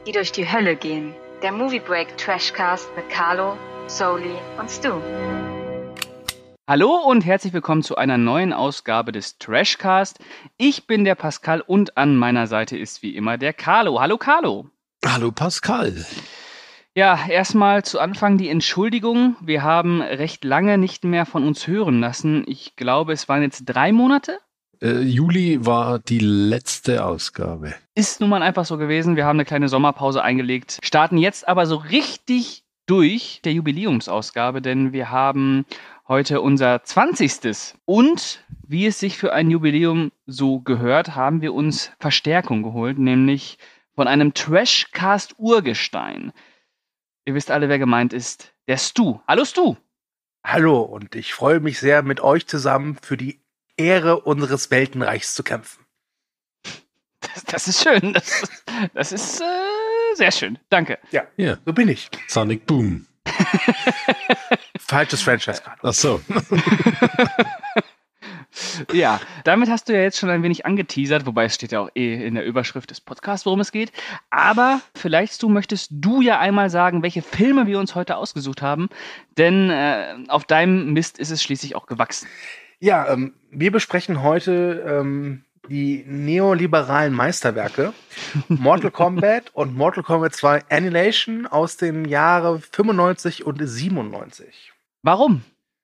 die durch die Hölle gehen. Der Movie Break Trashcast mit Carlo, Soli und Stu. Hallo und herzlich willkommen zu einer neuen Ausgabe des Trashcast. Ich bin der Pascal und an meiner Seite ist wie immer der Carlo. Hallo Carlo. Hallo Pascal. Ja, erstmal zu Anfang die Entschuldigung. Wir haben recht lange nicht mehr von uns hören lassen. Ich glaube, es waren jetzt 3 Monate. Juli war die letzte Ausgabe. Ist nun mal einfach so gewesen. Wir haben eine kleine Sommerpause eingelegt, starten jetzt aber so richtig durch der Jubiläumsausgabe, denn wir haben heute unser 20. Und wie es sich für ein Jubiläum so gehört, haben wir uns Verstärkung geholt, nämlich von einem Trashcast-Urgestein. Ihr wisst alle, wer gemeint ist. Der Stu. Hallo Stu. Hallo, und ich freue mich sehr, mit euch zusammen für die Ehre unseres Weltenreichs zu kämpfen. Das ist schön. Das ist sehr schön. Danke. Ja, so bin ich. Sonic Boom. Falsches Franchise gerade. Ach so. Ja, damit hast du ja jetzt schon ein wenig angeteasert, wobei es steht ja auch in der Überschrift des Podcasts, worum es geht. Aber vielleicht, möchtest du ja einmal sagen, welche Filme wir uns heute ausgesucht haben, denn auf deinem Mist ist es schließlich auch gewachsen. Ja, wir besprechen heute die neoliberalen Meisterwerke Mortal Kombat und Mortal Kombat 2 Annihilation aus den Jahren 95 und 97. Warum?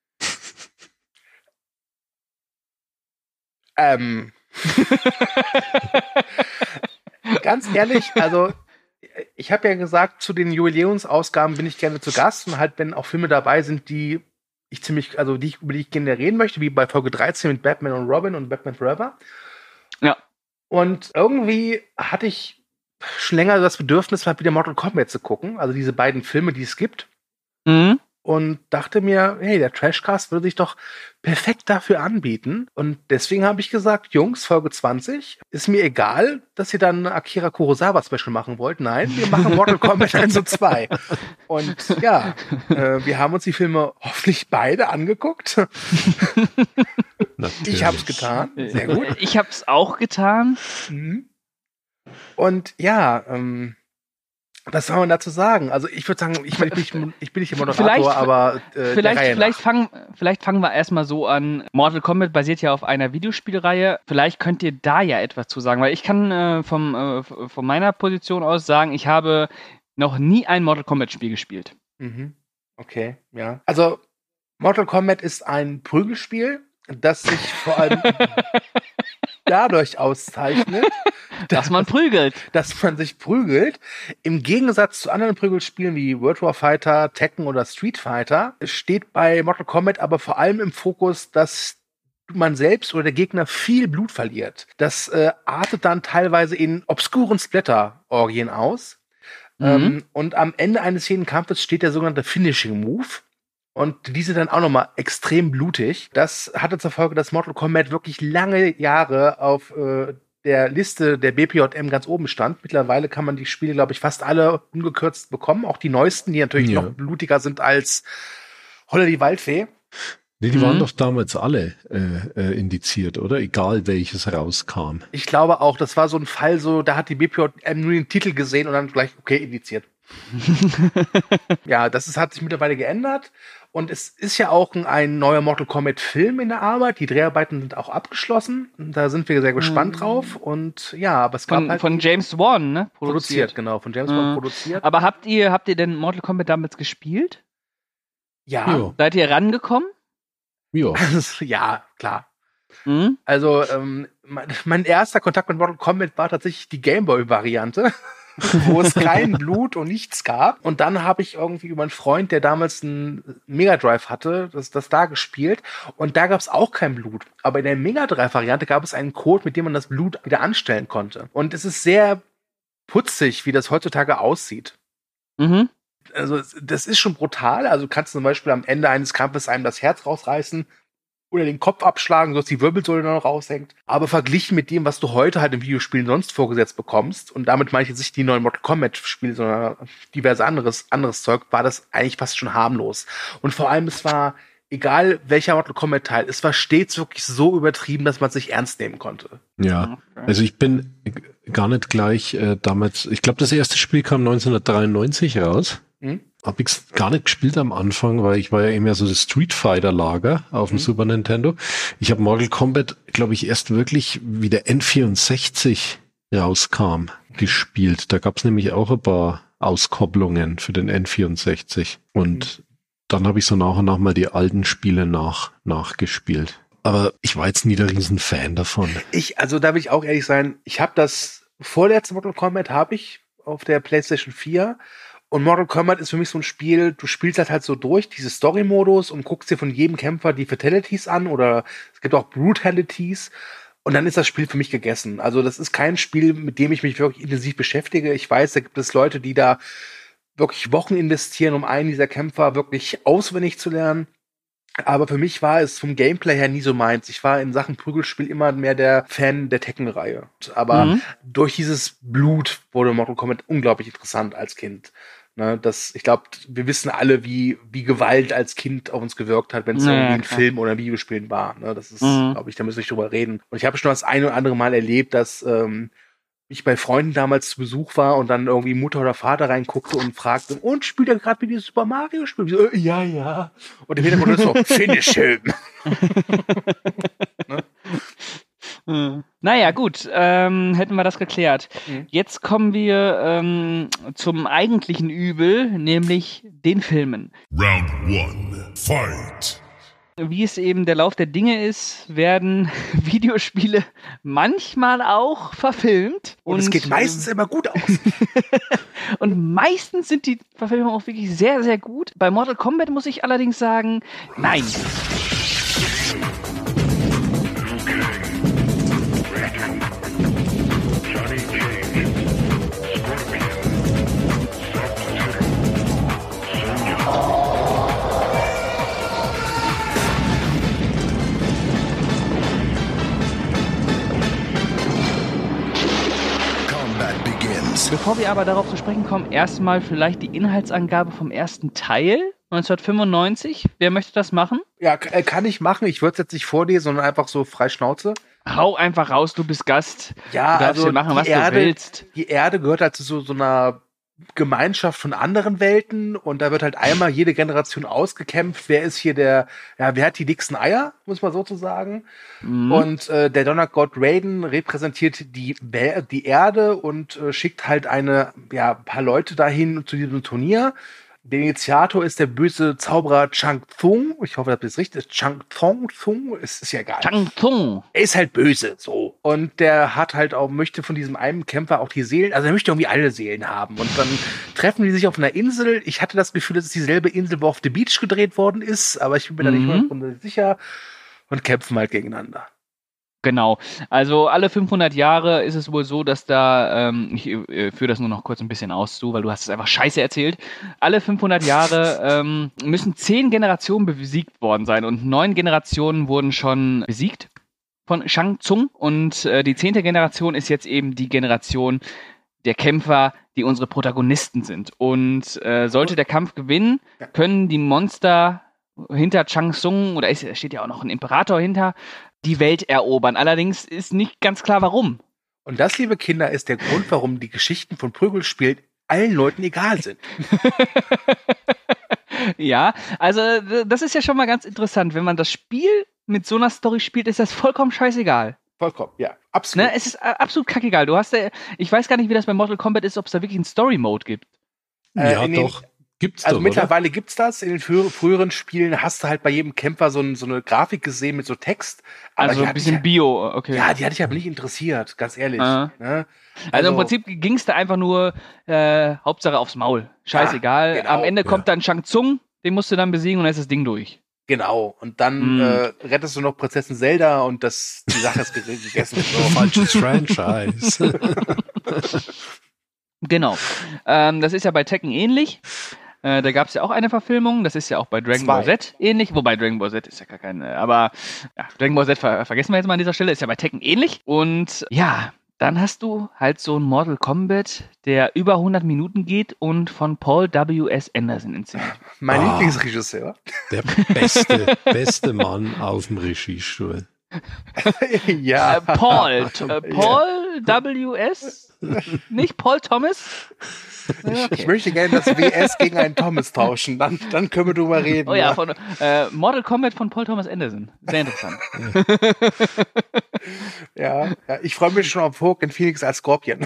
Ganz ehrlich, also ich habe ja gesagt, zu den Jubiläumsausgaben bin ich gerne zu Gast und halt, wenn auch Filme dabei sind, über die ich gerne reden möchte, wie bei Folge 13 mit Batman und Robin und Batman Forever. Ja. Und irgendwie hatte ich schon länger das Bedürfnis, mal wieder Mortal Kombat zu gucken, also diese beiden Filme, die es gibt. Mhm. Und dachte mir, hey, der Trashcast würde sich doch perfekt dafür anbieten. Und deswegen habe ich gesagt, Jungs, Folge 20, ist mir egal, dass ihr dann Akira Kurosawa Special machen wollt. Nein, wir machen Mortal Kombat 1 und 2. Und ja, wir haben uns die Filme hoffentlich beide angeguckt. Natürlich. Ich habe es getan. Sehr gut. Ich habe es auch getan. Mhm. Und ja, was soll man dazu sagen? Also ich würde sagen, ich bin nicht der Moderator, aber vielleicht fangen wir erstmal so an. Mortal Kombat basiert ja auf einer Videospielreihe. Vielleicht könnt ihr da ja etwas zu sagen, weil ich kann von meiner Position aus sagen, ich habe noch nie ein Mortal Kombat Spiel gespielt. Mhm. Okay, ja. Also Mortal Kombat ist ein Prügelspiel, das sich vor allem dadurch auszeichnet, dass man prügelt. Dass man sich prügelt. Im Gegensatz zu anderen Prügelspielen wie World War Fighter, Tekken oder Street Fighter steht bei Mortal Kombat aber vor allem im Fokus, dass man selbst oder der Gegner viel Blut verliert. Das artet dann teilweise in obskuren Splatter-Orgien aus. Mhm. Und am Ende eines jeden Kampfes steht der sogenannte Finishing Move. Und diese dann auch nochmal extrem blutig. Das hatte zur Folge, dass Mortal Kombat wirklich lange Jahre auf der Liste der BPJM ganz oben stand. Mittlerweile kann man die Spiele, glaube ich, fast alle ungekürzt bekommen. Auch die neuesten, die natürlich noch blutiger sind als Holla die Waldfee. Nee, die waren doch damals alle indiziert, oder? Egal welches rauskam. Ich glaube auch, das war so ein Fall, da hat die BPJM nur den Titel gesehen und dann gleich, okay, indiziert. Ja, hat sich mittlerweile geändert. Und es ist ja auch ein neuer Mortal Kombat Film in der Arbeit. Die Dreharbeiten sind auch abgeschlossen. Da sind wir sehr gespannt drauf. Und ja, aber es gab von James Wan, ne? Produziert, genau. Von James Wan produziert. Aber habt ihr denn Mortal Kombat damals gespielt? Ja. Jo. Seid ihr rangekommen? Ja. Ja, klar. Mhm. Also, mein erster Kontakt mit Mortal Kombat war tatsächlich die Gameboy-Variante. Wo es kein Blut und nichts gab. Und dann habe ich irgendwie über einen Freund, der damals einen Mega Drive hatte, das da gespielt. Und da gab es auch kein Blut. Aber in der Mega Drive-Variante gab es einen Code, mit dem man das Blut wieder anstellen konnte. Und es ist sehr putzig, wie das heutzutage aussieht. Mhm. Also das ist schon brutal. Also du kannst zum Beispiel am Ende eines Kampfes einem das Herz rausreißen oder den Kopf abschlagen, sodass die Wirbelsäule noch raushängt. Aber verglichen mit dem, was du heute halt in Videospielen sonst vorgesetzt bekommst, und damit meine ich jetzt nicht die neuen Mortal Kombat-Spiele, sondern diverse anderes Zeug, war das eigentlich fast schon harmlos. Und vor allem, es war egal welcher Mortal Kombat Teil, es war stets wirklich so übertrieben, dass man es nicht ernst nehmen konnte. Ja, also ich bin gar nicht gleich damals, ich glaube, das erste Spiel kam 1993 raus. Hab ich gar nicht gespielt am Anfang, weil ich war ja eben ja so das Street Fighter Lager auf dem Super Nintendo. Ich habe Mortal Kombat, glaube ich, erst wirklich, wie der N64 rauskam, gespielt. Da gab es nämlich auch ein paar Auskopplungen für den N64. Und dann habe ich so nach und nach mal die alten Spiele nachgespielt. Aber ich war jetzt nie der Riesenfan davon. Also da will ich auch ehrlich sein, ich habe das vorletzte Mortal Kombat habe ich auf der PlayStation 4. Und Mortal Kombat ist für mich so ein Spiel, du spielst halt so durch, diese Story-Modus und guckst dir von jedem Kämpfer die Fatalities an oder es gibt auch Brutalities und dann ist das Spiel für mich gegessen. Also das ist kein Spiel, mit dem ich mich wirklich intensiv beschäftige. Ich weiß, da gibt es Leute, die da wirklich Wochen investieren, um einen dieser Kämpfer wirklich auswendig zu lernen. Aber für mich war es vom Gameplay her nie so meins. Ich war in Sachen Prügelspiel immer mehr der Fan der Tekken-Reihe. Aber durch dieses Blut wurde Mortal Kombat unglaublich interessant als Kind. Ne, ich glaube, wir wissen alle, wie Gewalt als Kind auf uns gewirkt hat, wenn es irgendwie ein Film oder ein Videospiel war. Ne, das ist, glaube ich, da müssen wir nicht drüber reden. Und ich habe schon das eine oder andere Mal erlebt, dass ich bei Freunden damals zu Besuch war und dann irgendwie Mutter oder Vater reinguckte und fragte, und spielt er gerade wie dieses Super Mario Spiel? So, ja. Und im Hintergrund ist so, finish him. Ne? Naja, gut, hätten wir das geklärt. Jetzt kommen wir zum eigentlichen Übel, nämlich den Filmen. Round 1, Fight! Wie es eben der Lauf der Dinge ist, werden Videospiele manchmal auch verfilmt. Und es geht meistens immer gut aus. Und meistens sind die Verfilmungen auch wirklich sehr, sehr gut. Bei Mortal Kombat muss ich allerdings sagen, nein. Bevor wir aber darauf zu sprechen kommen, erstmal vielleicht die Inhaltsangabe vom ersten Teil, 1995. Wer möchte das machen? Ja, kann ich machen. Ich würde es jetzt nicht vorlesen, sondern einfach so frei Schnauze. Hau einfach raus, du bist Gast. Ja, du darfst also machen, was du willst. Die Erde gehört halt zu so einer Gemeinschaft von anderen Welten und da wird halt einmal jede Generation ausgekämpft. Wer ist hier wer hat die dicksten Eier, muss man so zu sagen. Und der Donnergott Raiden repräsentiert die Erde und schickt halt paar Leute dahin zu diesem Turnier. Der Initiator ist der böse Zauberer Shang Tsung. Ich hoffe, das ist richtig. Shang Tsung. Es ist ja egal. Shang Tsung. Er ist halt böse, so. Und der hat halt auch, möchte von diesem einen Kämpfer auch die Seelen, also er möchte irgendwie alle Seelen haben. Und dann treffen die sich auf einer Insel. Ich hatte das Gefühl, dass es dieselbe Insel, wo auf The Beach gedreht worden ist, aber ich bin mir da nicht 100% sicher. Und kämpfen halt gegeneinander. Genau. Also alle 500 Jahre ist es wohl so, dass da, ich führe das nur noch kurz ein bisschen aus, weil du hast es einfach scheiße erzählt. Alle 500 Jahre müssen 10 Generationen besiegt worden sein und 9 Generationen wurden schon besiegt von Shang Tsung und die 10. Generation ist jetzt eben die Generation der Kämpfer, die unsere Protagonisten sind. Und sollte der Kampf gewinnen, können die Monster hinter Shang Tsung, oder es steht ja auch noch ein Imperator hinter, die Welt erobern. Allerdings ist nicht ganz klar, warum. Und das, liebe Kinder, ist der Grund, warum die Geschichten von Prügelspielen allen Leuten egal sind. Ja, also das ist ja schon mal ganz interessant. Wenn man das Spiel mit so einer Story spielt, ist das vollkommen scheißegal. Vollkommen, ja, absolut. Ne, es ist absolut kackegal. Ich weiß gar nicht, wie das bei Mortal Kombat ist, ob es da wirklich einen Story-Mode gibt. Ja, doch. Gibt's also doch, mittlerweile gibt's das. In den früheren Spielen hast du halt bei jedem Kämpfer so eine Grafik gesehen mit so Text. Aber also ein bisschen Bio, okay. Ja, die hatte ich aber nicht interessiert, ganz ehrlich. Ne? Also im Prinzip ging's da einfach nur Hauptsache aufs Maul. Scheißegal. Genau, am Ende kommt dann Shang Tsung, den musst du dann besiegen und dann ist das Ding durch. Genau. Und dann rettest du noch Prinzessin Zelda und die Sache ist gegessen. Falsches Franchise. Genau. Das ist ja bei Tekken ähnlich. Da gab es ja auch eine Verfilmung, das ist ja auch bei Dragon Ball Z ähnlich, wobei Dragon Ball Z ist ja gar keine, aber ja, Dragon Ball Z vergessen wir jetzt mal an dieser Stelle, ist ja bei Tekken ähnlich und ja, Dann hast du halt so ein Mortal Kombat, der über 100 Minuten geht und von Paul W.S. Anderson inszeniert. Mein Lieblingsregisseur. Der beste Mann auf dem Regiestuhl. Ja. Paul W.S.? Nicht Paul Thomas? Ich möchte gerne das WS gegen einen Thomas tauschen. Dann können wir drüber reden. Oh ja, von Mortal Kombat von Paul Thomas Anderson. Sehr interessant. Ja, ich freue mich schon auf Joaquin Phoenix als Scorpion.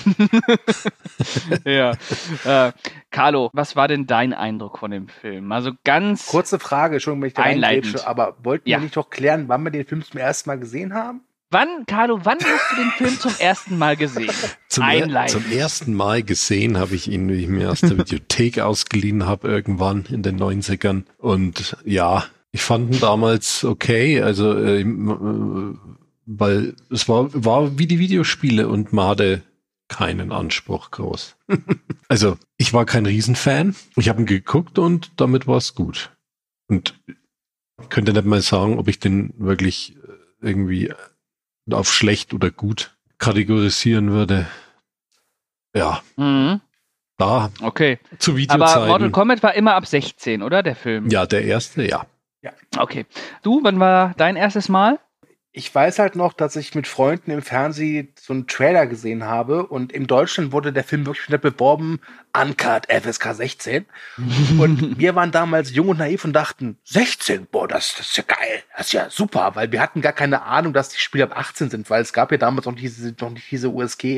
Ja. Carlo, was war denn dein Eindruck von dem Film? Also ganz Kurze Frage, Entschuldigung, wenn ich da einleitend. reingrätsche, aber wollten wir nicht doch klären, wann wir den Film zum ersten Mal gesehen haben? Carlo, wann hast du den Film zum ersten Mal gesehen? Zum ersten Mal gesehen habe ich ihn, wie ich mir aus der Videothek ausgeliehen habe, irgendwann in den 90ern. Und ja, ich fand ihn damals okay, also weil es war wie die Videospiele und man hatte keinen Anspruch groß. Also ich war kein Riesenfan. Ich habe ihn geguckt und damit war es gut. Und ich könnte nicht mal sagen, ob ich den wirklich irgendwie auf schlecht oder gut kategorisieren würde. Ja. Mhm. Da. Okay. Zu Videozeiten. Aber Mortal Kombat war immer ab 16, oder? Der Film. Ja, der erste, ja. Okay. Du, wann war dein erstes Mal? Ich weiß halt noch, dass ich mit Freunden im Fernsehen so einen Trailer gesehen habe und in Deutschland wurde der Film wirklich wieder beworben, Uncut FSK 16. Und wir waren damals jung und naiv und dachten, 16, boah, das ist ja geil, das ist ja super, weil wir hatten gar keine Ahnung, dass die Spiele ab 18 sind, weil es gab ja damals noch nicht diese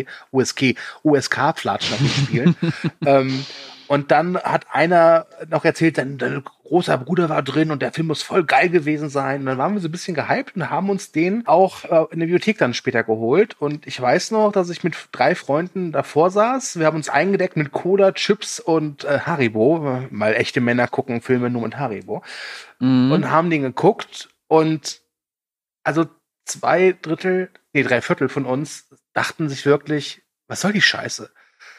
USK-Flatschen auf den Spielen. Und dann hat einer noch erzählt, dein großer Bruder war drin und der Film muss voll geil gewesen sein. Und dann waren wir so ein bisschen gehypt und haben uns den auch in der Bibliothek dann später geholt. Und ich weiß noch, dass ich mit 3 Freunden davor saß. Wir haben uns eingedeckt mit Cola, Chips und Haribo. Mal echte Männer gucken Filme nur mit Haribo. Und haben den geguckt. Und also 3 Viertel von uns dachten sich wirklich, was soll die Scheiße?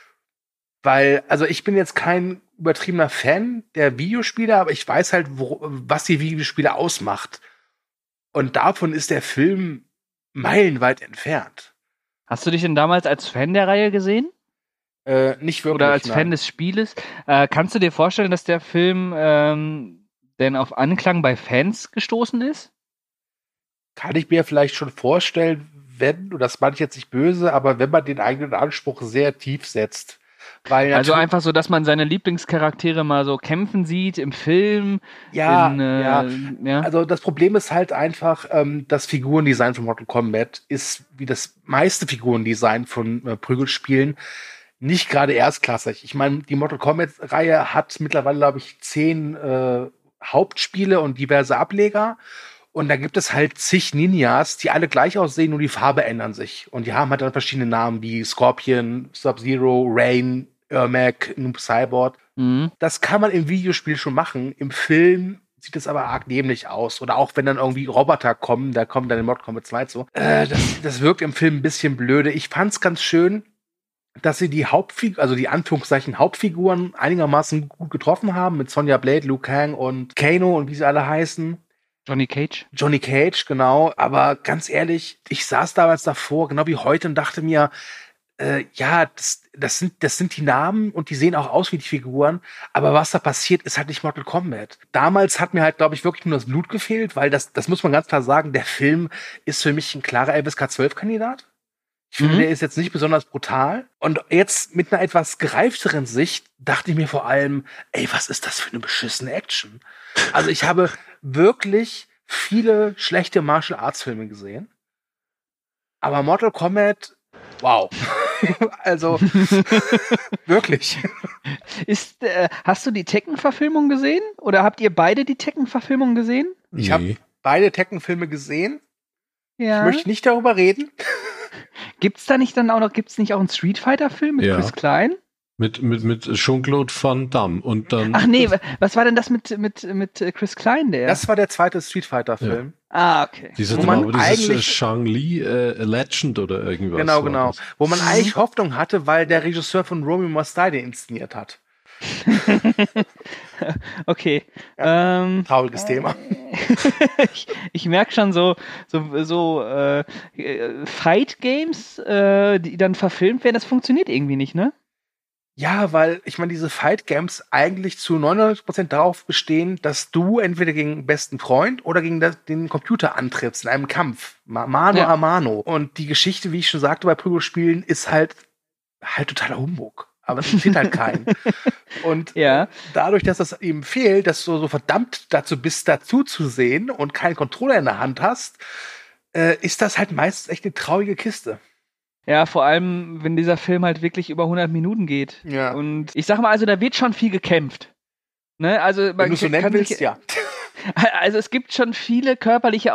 Weil, also ich bin jetzt kein übertriebener Fan der Videospiele, aber ich weiß halt, was die Videospiele ausmacht. Und davon ist der Film meilenweit entfernt. Hast du dich denn damals als Fan der Reihe gesehen? Nicht wirklich. Oder als Fan des Spieles? Kannst du dir vorstellen, dass der Film denn auf Anklang bei Fans gestoßen ist? Kann ich mir vielleicht schon vorstellen, und das meine ich jetzt nicht böse, aber wenn man den eigenen Anspruch sehr tief setzt. Weil also einfach so, dass man seine Lieblingscharaktere mal so kämpfen sieht im Film. Ja. Also das Problem ist halt einfach, das Figurendesign von Mortal Kombat ist wie das meiste Figurendesign von Prügelspielen nicht gerade erstklassig. Ich meine, die Mortal Kombat-Reihe hat mittlerweile, glaube ich, 10 Hauptspiele und diverse Ableger. Und da gibt es halt zig Ninjas, die alle gleich aussehen, nur die Farbe ändern sich. Und die haben halt dann verschiedene Namen wie Scorpion, Sub-Zero, Rain, Ermac, Noob Cyborg. Das kann man im Videospiel schon machen. Im Film sieht es aber arg dämlich aus. Oder auch wenn dann irgendwie Roboter kommen, da kommen dann in Mortal Kombat 2 so. Das wirkt im Film ein bisschen blöde. Ich fand's ganz schön, dass sie die Anführungszeichen Hauptfiguren einigermaßen gut getroffen haben. Mit Sonya Blade, Liu Kang und Kano und wie sie alle heißen. Johnny Cage, genau. Aber ganz ehrlich, ich saß damals davor, genau wie heute, und dachte mir, das sind die Namen und die sehen auch aus wie die Figuren, aber was da passiert, ist halt nicht Mortal Kombat. Damals hat mir halt, glaube ich, wirklich nur das Blut gefehlt, weil das muss man ganz klar sagen, der Film ist für mich ein klarer FSK 12-Kandidat. Ich finde, der ist jetzt nicht besonders brutal. Und jetzt mit einer etwas gereifteren Sicht dachte ich mir vor allem, ey, was ist das für eine beschissene Action? Also ich habe wirklich viele schlechte Martial Arts Filme gesehen. Aber Mortal Kombat, wow. Also, wirklich. Hast du die Tekken-Verfilmung gesehen? Oder habt ihr beide die Tekken-Verfilmung gesehen? Ich habe beide Tekken-Filme gesehen. Ja. Ich möchte nicht darüber reden. Gibt's nicht auch einen Street Fighter-Film mit Chris Klein? Mit Jean-Claude Van Damme und dann. Ach nee, was war denn das mit Chris Klein, der? Das war der zweite Street Fighter-Film. Ah, okay. Dieses Shang-Li Legend oder irgendwas. Genau. Wo man eigentlich Hoffnung hatte, weil der Regisseur von Romeo Must Die den inszeniert hat. Okay. Trauriges Thema. ich merke schon so Fight Games, die dann verfilmt werden, das funktioniert irgendwie nicht, ne? Ja, weil, ich meine, diese Fight Games eigentlich zu 99% darauf bestehen, dass du entweder gegen den besten Freund oder gegen den Computer antrittst in einem Kampf. Mano a mano. Und die Geschichte, wie ich schon sagte, bei Prügelspielen ist halt totaler Humbug. Aber es interessiert halt keinen. Und dadurch, dass das eben fehlt, dass du so verdammt dazu bist, dazu zu sehen und keinen Controller in der Hand hast, ist das halt meistens echt eine traurige Kiste. Ja, vor allem, wenn dieser Film halt wirklich über 100 Minuten geht. Ja. Und ich sag mal, also da wird schon viel gekämpft. Ne? Also, man wenn du so nennen willst, ja. Also es gibt schon viele körperliche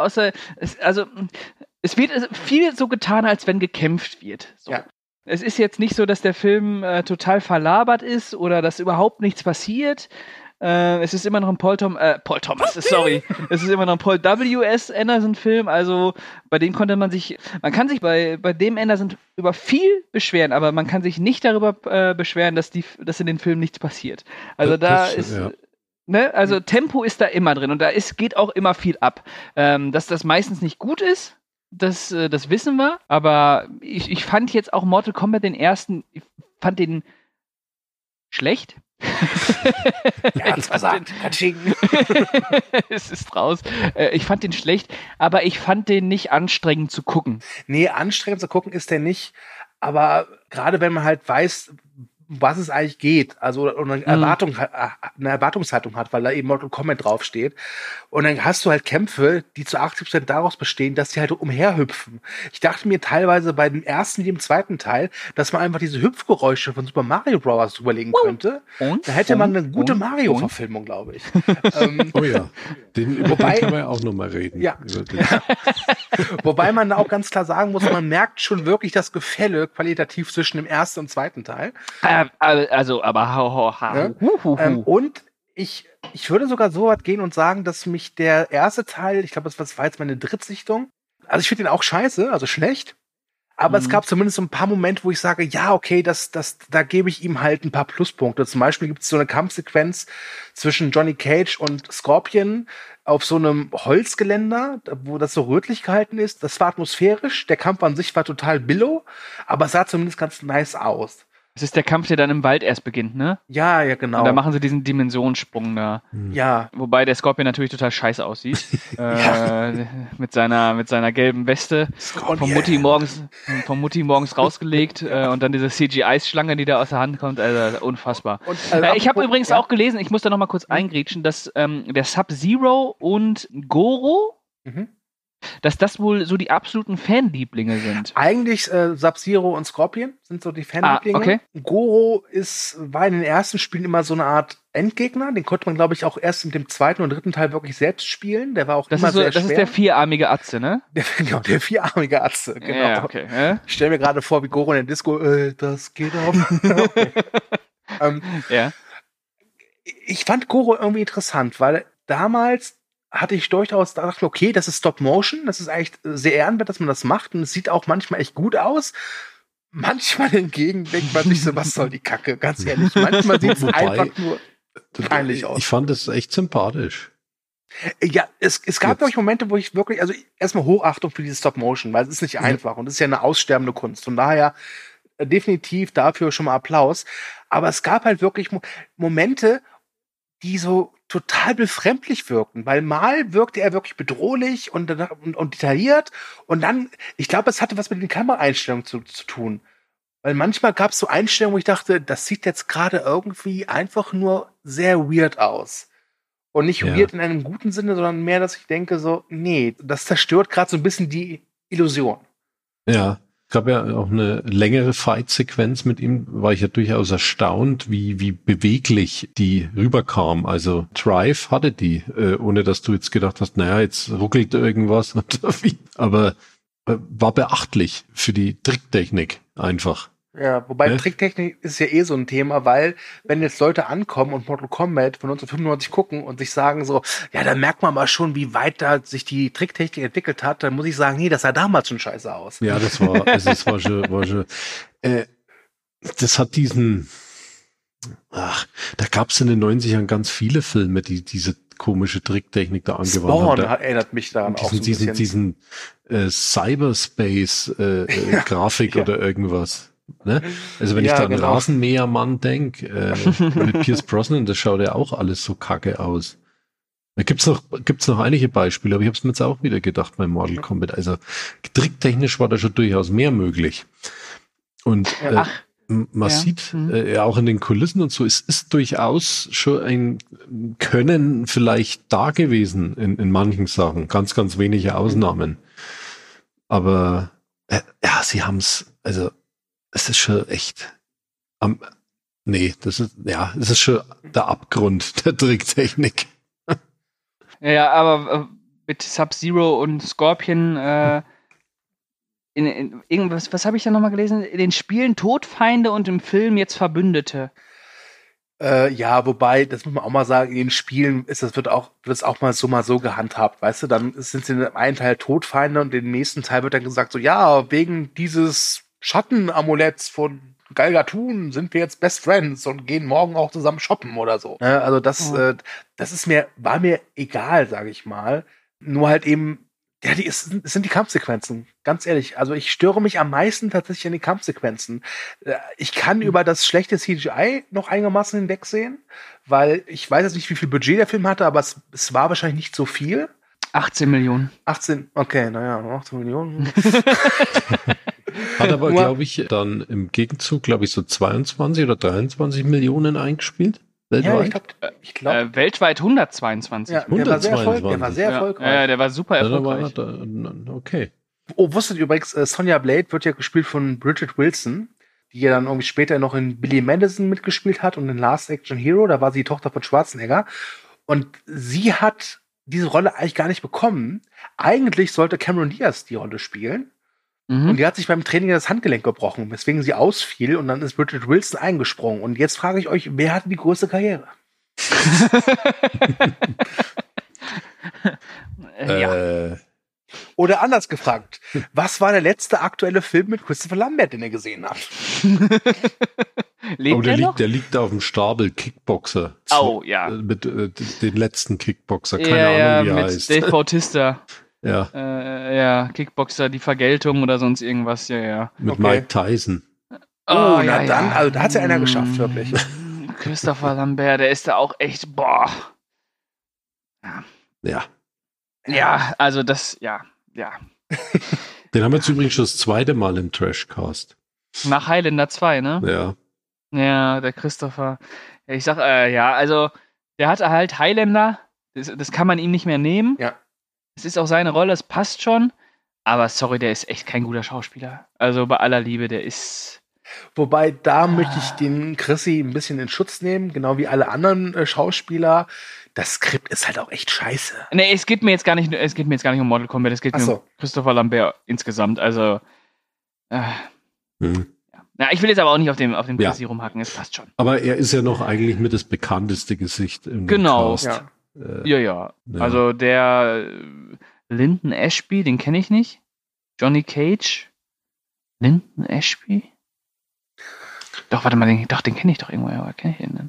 es wird viel so getan, als wenn gekämpft wird. So. Ja. Es ist jetzt nicht so, dass der Film total verlabert ist oder dass überhaupt nichts passiert. Es ist immer noch ein Paul Thomas, sorry. Es ist immer noch ein Paul W.S. Anderson-Film, also bei dem man kann sich bei dem Anderson über viel beschweren, aber man kann sich nicht darüber beschweren, dass in den Filmen nichts passiert. Also also Tempo ist da immer drin und geht auch immer viel ab. Dass das meistens nicht gut ist, das wissen wir, aber ich fand jetzt auch Mortal Kombat den ersten, ich fand den schlecht. Ja, das versagt. Es ist raus. Ich fand den schlecht, aber ich fand den nicht anstrengend zu gucken. Nee, anstrengend zu gucken ist der nicht, aber gerade wenn man halt weiß, was es eigentlich geht, also eine Erwartungshaltung hat, weil da eben Mortal Kombat draufsteht. Und dann hast du halt Kämpfe, die zu 80% daraus bestehen, dass sie halt umherhüpfen. Ich dachte mir teilweise bei dem ersten wie dem zweiten Teil, dass man einfach diese Hüpfgeräusche von Super Mario Bros. Drüberlegen könnte. Da hätte man eine gute Mario-Verfilmung, glaube ich. Oh ja, über den können wir auch noch mal reden. Ja. Wobei man da auch ganz klar sagen muss, man merkt schon wirklich das Gefälle qualitativ zwischen dem ersten und zweiten Teil. Und ich würde sogar so weit gehen und sagen, dass mich der erste Teil, ich glaube, das war jetzt meine Drittsichtung, also ich finde den auch scheiße, also schlecht, aber es gab zumindest so ein paar Momente, wo ich sage, ja, okay, da gebe ich ihm halt ein paar Pluspunkte. Zum Beispiel gibt es so eine Kampfsequenz zwischen Johnny Cage und Scorpion auf so einem Holzgeländer, wo das so rötlich gehalten ist. Das war atmosphärisch, der Kampf an sich war total billow, aber es sah zumindest ganz nice aus. Das ist der Kampf, der dann im Wald erst beginnt, ne? Ja, genau. Und da machen sie diesen Dimensionssprung da. Ja. Wobei der Scorpion natürlich total scheiße aussieht. Mit seiner gelben Weste. Von Mutti morgens rausgelegt. Und dann diese CGI-Schlange, die da aus der Hand kommt. Also unfassbar. Und, ich habe übrigens auch gelesen, ich muss da noch mal kurz eingrätschen, dass der Sub-Zero und Goro, dass das wohl so die absoluten Fanlieblinge sind. Eigentlich Sub-Zero und Scorpion sind so die Fanlieblinge. Okay. Goro war in den ersten Spielen immer so eine Art Endgegner. Den konnte man, glaube ich, auch erst mit dem zweiten und dritten Teil wirklich selbst spielen. Der war auch immer sehr schwer. Das ist der vierarmige Atze, ne? Genau, der vierarmige Atze. Genau. Ja, okay. Ich stelle mir gerade vor, wie Goro in der Disco, das geht auf. Okay. Ja. Ich fand Goro irgendwie interessant, weil damals hatte ich durchaus gedacht, okay, das ist Stop-Motion, das ist eigentlich sehr ehrenwert, dass man das macht und es sieht auch manchmal echt gut aus. Manchmal hingegen denkt man sich so, was soll die Kacke, ganz ehrlich. Manchmal sieht es einfach nur peinlich aus. Ich fand es echt sympathisch. Ja, es gab wirklich Momente, wo ich wirklich, also erstmal Hochachtung für diese Stop-Motion, weil es ist nicht einfach und es ist ja eine aussterbende Kunst. Von daher definitiv dafür schon mal Applaus. Aber es gab halt wirklich Momente, die so total befremdlich wirkten, weil mal wirkte er wirklich bedrohlich und detailliert und dann, ich glaube, es hatte was mit den Kameraeinstellungen zu tun, weil manchmal gab es so Einstellungen, wo ich dachte, das sieht jetzt gerade irgendwie einfach nur sehr weird aus und nicht weird in einem guten Sinne, sondern mehr, dass ich denke so, nee, das zerstört gerade so ein bisschen die Illusion. Ja. Es gab ja auch eine längere Fight-Sequenz mit ihm, war ich ja durchaus erstaunt, wie beweglich die rüberkam. Also Drive hatte die, ohne dass du jetzt gedacht hast, naja, jetzt ruckelt irgendwas. Aber war beachtlich für die Tricktechnik einfach. Ja, wobei Tricktechnik ist ja so ein Thema, weil wenn jetzt Leute ankommen und Mortal Kombat von 1995 gucken und sich sagen so, ja, da merkt man mal schon, wie weit da sich die Tricktechnik entwickelt hat, dann muss ich sagen, nee, das sah damals schon scheiße aus. Ja, das war schon, das hat diesen Ach, da gab es in den 90ern ganz viele Filme, die diese komische Tricktechnik da angewandt haben. Spawn erinnert mich daran auch so ein bisschen. Diesen Cyberspace-Grafik oder irgendwas. Ne? Also wenn ich da an genau. Rasenmähermann denke, mit Pierce Brosnan, das schaut ja auch alles so kacke aus. Da gibt's noch einige Beispiele, aber ich habe es mir jetzt auch wieder gedacht bei Mortal Kombat. Also tricktechnisch war da schon durchaus mehr möglich. Und man sieht ja auch in den Kulissen und so, es ist durchaus schon ein Können vielleicht da gewesen in manchen Sachen. Ganz, ganz wenige Ausnahmen. Aber sie haben es, also es ist schon echt es ist schon der Abgrund der Tricktechnik. Ja, aber mit Sub-Zero und Scorpion in irgendwas, was habe ich da nochmal gelesen? In den Spielen Todfeinde und im Film jetzt Verbündete. Ja, wobei, das muss man auch mal sagen, in den Spielen wird es auch mal so gehandhabt, weißt du, dann sind sie in dem einen Teil Todfeinde und im nächsten Teil wird dann gesagt, so, ja, wegen dieses Schattenamuletts von Galgatun sind wir jetzt Best Friends und gehen morgen auch zusammen shoppen oder so. Also das war mir egal, sage ich mal. Nur halt eben, es sind die Kampfsequenzen, ganz ehrlich. Also ich störe mich am meisten tatsächlich an die Kampfsequenzen. Ich kann über das schlechte CGI noch einigermaßen hinwegsehen, weil ich weiß jetzt nicht, wie viel Budget der Film hatte, aber es war wahrscheinlich nicht so viel. 18 Millionen. 18, okay, 18 Millionen. Hat aber, glaube ich, dann im Gegenzug, so 22 oder 23 Millionen eingespielt. Weltweit? Ja, ich glaube. Weltweit 122. Ja, der war sehr erfolgreich. Ja, der war super erfolgreich. Okay. Oh, wusstet ihr übrigens, Sonja Blade wird ja gespielt von Bridget Wilson, die ja dann irgendwie später noch in Billy Madison mitgespielt hat und in Last Action Hero, da war sie die Tochter von Schwarzenegger. Und sie hat diese Rolle eigentlich gar nicht bekommen. Eigentlich sollte Cameron Diaz die Rolle spielen. Und die hat sich beim Training das Handgelenk gebrochen, weswegen sie ausfiel und dann ist Bridget Wilson eingesprungen. Und jetzt frage ich euch, wer hatte die größte Karriere? Ja. Oder anders gefragt, was war der letzte aktuelle Film mit Christopher Lambert, den ihr gesehen habt? Lebt der noch? Der liegt auf dem Stapel Kickboxer. Oh, ja. Mit den letzten Kickboxer, keine Ahnung, wie er heißt. Dave Bautista. Ja. Kickboxer, die Vergeltung oder sonst irgendwas, ja. Mit Mike Tyson. Also da hat es ja einer geschafft, wirklich. Christopher Lambert, der ist da auch echt, boah. Ja. Ja, also das, ja. Den haben wir jetzt übrigens schon das zweite Mal im Trashcast. Nach Highlander 2, ne? Ja. Ja, der Christopher. Ja, ich sag, also, der hatte halt Highlander, das kann man ihm nicht mehr nehmen. Ja. Es ist auch seine Rolle, es passt schon. Aber sorry, der ist echt kein guter Schauspieler. Also bei aller Liebe, der ist... Wobei, da möchte ich den Chrissy ein bisschen in Schutz nehmen, genau wie alle anderen Schauspieler. Das Skript ist halt auch echt scheiße. Nee, es geht mir jetzt gar nicht um Mortal Kombat, es geht mir um Christopher Lambert insgesamt. Also, ja. Na, ich will jetzt aber auch nicht auf dem Chrissy rumhacken, es passt schon. Aber er ist ja noch eigentlich mit das bekannteste Gesicht im Cast. Ja. Also der Lyndon Ashby, den kenne ich nicht. Johnny Cage. Lyndon Ashby? Doch, warte mal, den kenne ich doch irgendwo. Ja, kenne ich den denn?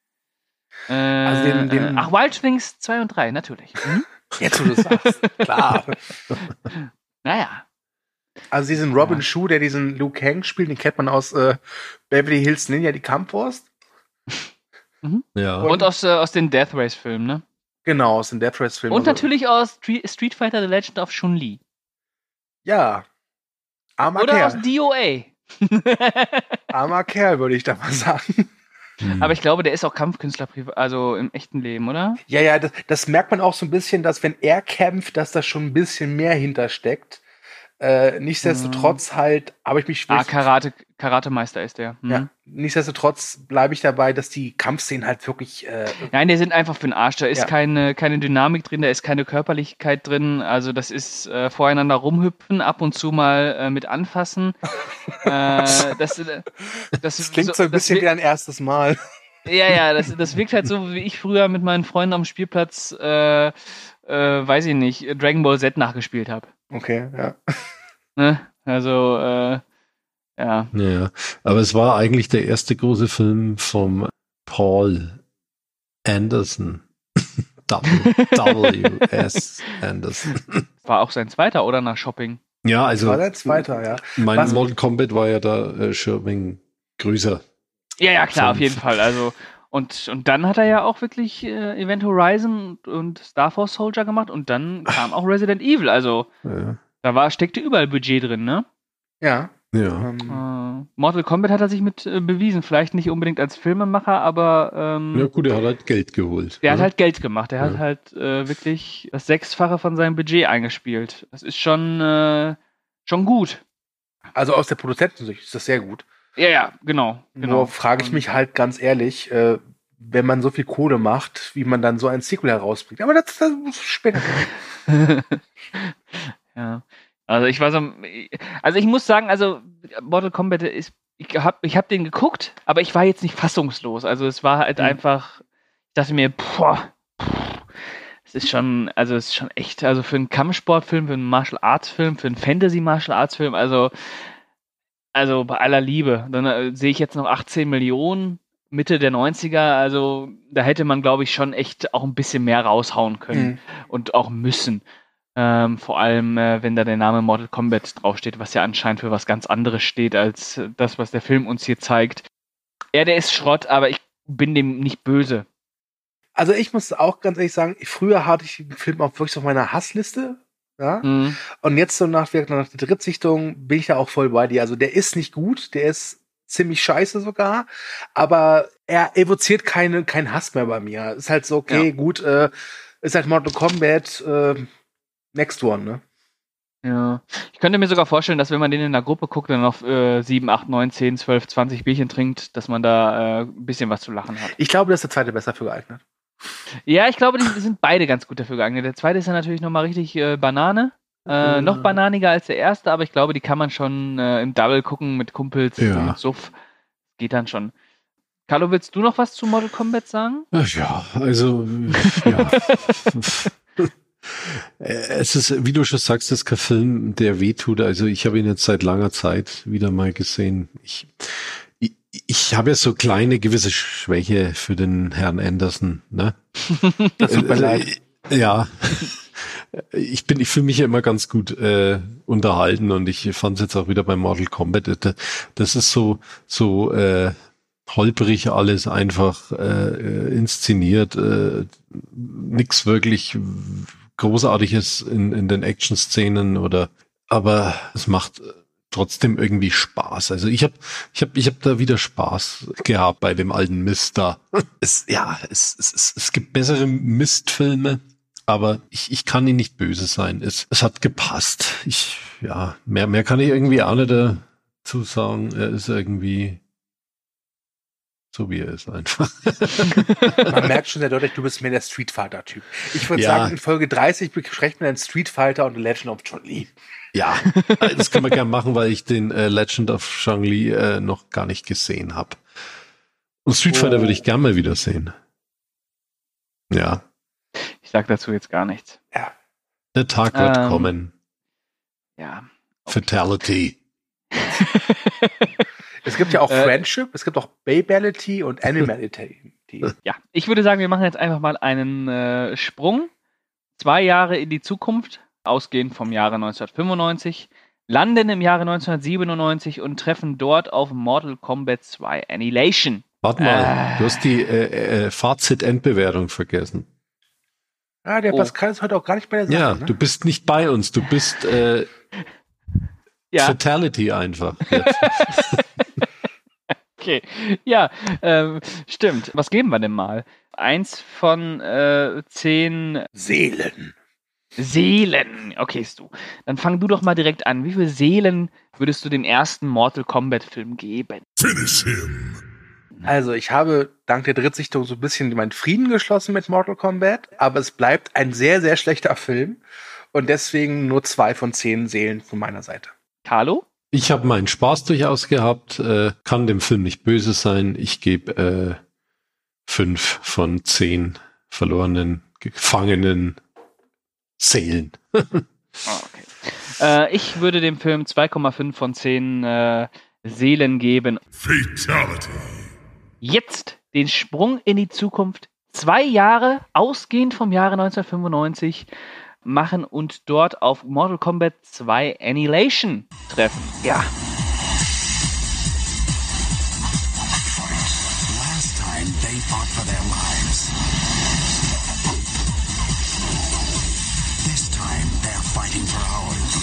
Wild Things 2 und 3, natürlich. Jetzt, wo du sagst. Klar. Naja. Also diesen Robin Shue, der diesen Liu Kang spielt, den kennt man aus Beverly Hills Ninja, die Kampfwurst. Ja. Und aus den Death Race Filmen, ne? Genau, aus den Death Race Filmen. Und natürlich aus Street Fighter The Legend of Chun-Li. Ja. Armer Oder Kerl. aus DOA. Armer Kerl, würde ich da mal sagen. Aber ich glaube, der ist auch Kampfkünstler, also im echten Leben, oder? Ja, das merkt man auch so ein bisschen, dass wenn er kämpft, dass da schon ein bisschen mehr hintersteckt. Nichtsdestotrotz halt, habe ich mich... Karatemeister ist der. Ja, nichtsdestotrotz bleibe ich dabei, dass die Kampfszenen halt wirklich... Nein, die sind einfach für den Arsch. Da ist keine Dynamik drin, da ist keine Körperlichkeit drin. Also das ist voreinander rumhüpfen, ab und zu mal mit anfassen. Das klingt so ein bisschen wie ein erstes Mal. Ja, das wirkt halt so, wie ich früher mit meinen Freunden am Spielplatz, weiß ich nicht, Dragon Ball Z nachgespielt habe. Okay, ja. Ne? Also, Ja, aber es war eigentlich der erste große Film vom Paul Anderson. W.S. Anderson. War auch sein zweiter, oder nach Shopping? Ja, also. War der zweite, ja. Mein Mortal Kombat war ja da schon ein wenig größer. Ja, klar, auf jeden Fall. Also, und dann hat er ja auch wirklich Event Horizon und Star Force Soldier gemacht und dann kam auch Resident Evil. Also, da steckte überall Budget drin, ne? Ja. Mortal Kombat hat er sich mit bewiesen. Vielleicht nicht unbedingt als Filmemacher, aber. Ja, gut, er hat halt Geld geholt. Der hat halt Geld gemacht. Der hat halt wirklich das 6-fache von seinem Budget eingespielt. Das ist schon gut. Also aus der Produzentensicht ist das sehr gut. Ja, genau. Nur frage ich mich halt ganz ehrlich, wenn man so viel Kohle macht, wie man dann so ein Sequel herausbringt. Aber das muss später. Ja. Also ich muss sagen, Mortal Kombat ist, ich hab den geguckt, aber ich war jetzt nicht fassungslos. Also es war halt einfach, ich dachte mir, es ist schon echt, also für einen Kampfsportfilm, für einen Martial Arts Film, für einen Fantasy Martial Arts Film, also bei aller Liebe. Dann sehe ich jetzt noch 18 Millionen, Mitte der 90er, also da hätte man, glaube ich, schon echt auch ein bisschen mehr raushauen können und auch müssen. Vor allem, wenn da der Name Mortal Kombat draufsteht, was ja anscheinend für was ganz anderes steht, als das, was der Film uns hier zeigt. Ja, der ist Schrott, aber ich bin dem nicht böse. Also ich muss auch ganz ehrlich sagen, früher hatte ich den Film auch wirklich auf meiner Hassliste. Ja? Und jetzt so nach der Drittsichtung bin ich da auch voll bei dir. Also der ist nicht gut, der ist ziemlich scheiße sogar, aber er evoziert keinen Hass mehr bei mir. Ist halt so, okay, gut, ist halt Mortal Kombat, next one, ne? Ja. Ich könnte mir sogar vorstellen, dass wenn man den in der Gruppe guckt und auf 7, 8, 9, 10, 12, 20 Bierchen trinkt, dass man da ein bisschen was zu lachen hat. Ich glaube, dass der zweite besser für geeignet. Ja, ich glaube, die sind beide ganz gut dafür geeignet. Der zweite ist ja natürlich nochmal richtig Banane. Noch bananiger als der erste, aber ich glaube, die kann man schon im Double gucken mit Kumpels und Suff. Geht dann schon. Carlo, willst du noch was zu Mortal Kombat sagen? Ja, also ja. Es ist, wie du schon sagst, das ist kein Film, der wehtut. Also ich habe ihn jetzt seit langer Zeit wieder mal gesehen. Ich habe ja so kleine gewisse Schwäche für den Herrn Anderson, ne? Das tut mir leid. Ja. Ich fühle mich ja immer ganz gut unterhalten und ich fand es jetzt auch wieder bei Mortal Kombat. Das ist so holprig alles einfach inszeniert. Nix wirklich Großartiges in den Action-Szenen aber es macht trotzdem irgendwie Spaß. Also ich hab da wieder Spaß gehabt bei dem alten Mist da. Es gibt bessere Mistfilme, aber ich kann ihn nicht böse sein. Es hat gepasst. Mehr kann ich irgendwie auch nicht dazu sagen. Er ist irgendwie so, wie er ist einfach. Man merkt schon sehr deutlich, du bist mehr der Street Fighter-Typ. Ich würde sagen, in Folge 30 besprechen wir den Street Fighter und The Legend of Chun-Li. Ja, das können wir gerne machen, weil ich den Legend of Chun-Li noch gar nicht gesehen habe. Und Street Fighter würde ich gerne mal wieder sehen. Ja. Ich sag dazu jetzt gar nichts. Ja. Der Tag wird kommen. Ja. Okay. Fatality. Es gibt ja auch Friendship, es gibt auch Babality und Animality. Ja, ich würde sagen, wir machen jetzt einfach mal einen Sprung. 2 Jahre in die Zukunft, ausgehend vom Jahre 1995, landen im Jahre 1997 und treffen dort auf Mortal Kombat 2 Annihilation. Warte mal, du hast die Fazit-Endbewertung vergessen. Ja, der Pascal ist heute auch gar nicht bei der Sache. Ja, ne? Du bist nicht bei uns, du bist Fatality einfach. Okay, ja, stimmt. Was geben wir denn mal? 1 von 10 Seelen. Okay, Stu. Dann fang du doch mal direkt an. Wie viele Seelen würdest du dem ersten Mortal Kombat Film geben? Finish him. Also ich habe dank der Drittsichtung so ein bisschen meinen Frieden geschlossen mit Mortal Kombat, aber es bleibt ein sehr, sehr schlechter Film und deswegen nur 2 von 10 Seelen von meiner Seite. Carlo? Ich habe meinen Spaß durchaus gehabt, kann dem Film nicht böse sein. Ich gebe 5 von 10 verlorenen, gefangenen Seelen. Okay. Ich würde dem Film 2,5 von 10 Seelen geben. Fatality. Jetzt den Sprung in die Zukunft 2 Jahre, ausgehend vom Jahre 1995, machen und dort auf Mortal Kombat 2 Annihilation treffen. Ja. Last time they fought for their lives. This time they're fighting for ours.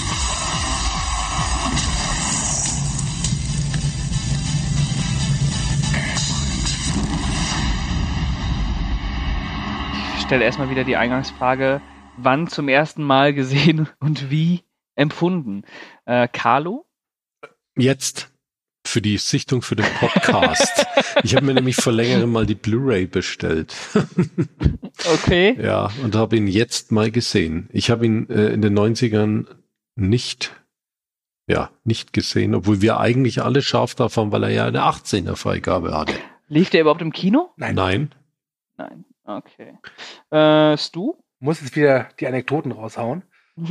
Ich stelle erstmal wieder die Eingangsfrage, wann zum ersten Mal gesehen und wie empfunden? Carlo? Jetzt für die Sichtung für den Podcast. Ich habe mir nämlich vor längerem mal die Blu-ray bestellt. Okay. Ja, und habe ihn jetzt mal gesehen. Ich habe ihn in den 90ern nicht gesehen, obwohl wir eigentlich alle scharf drauf waren, weil er ja eine 18er-Freigabe hatte. Lief der überhaupt im Kino? Nein. Nein. Okay. Stu? Muss jetzt wieder die Anekdoten raushauen.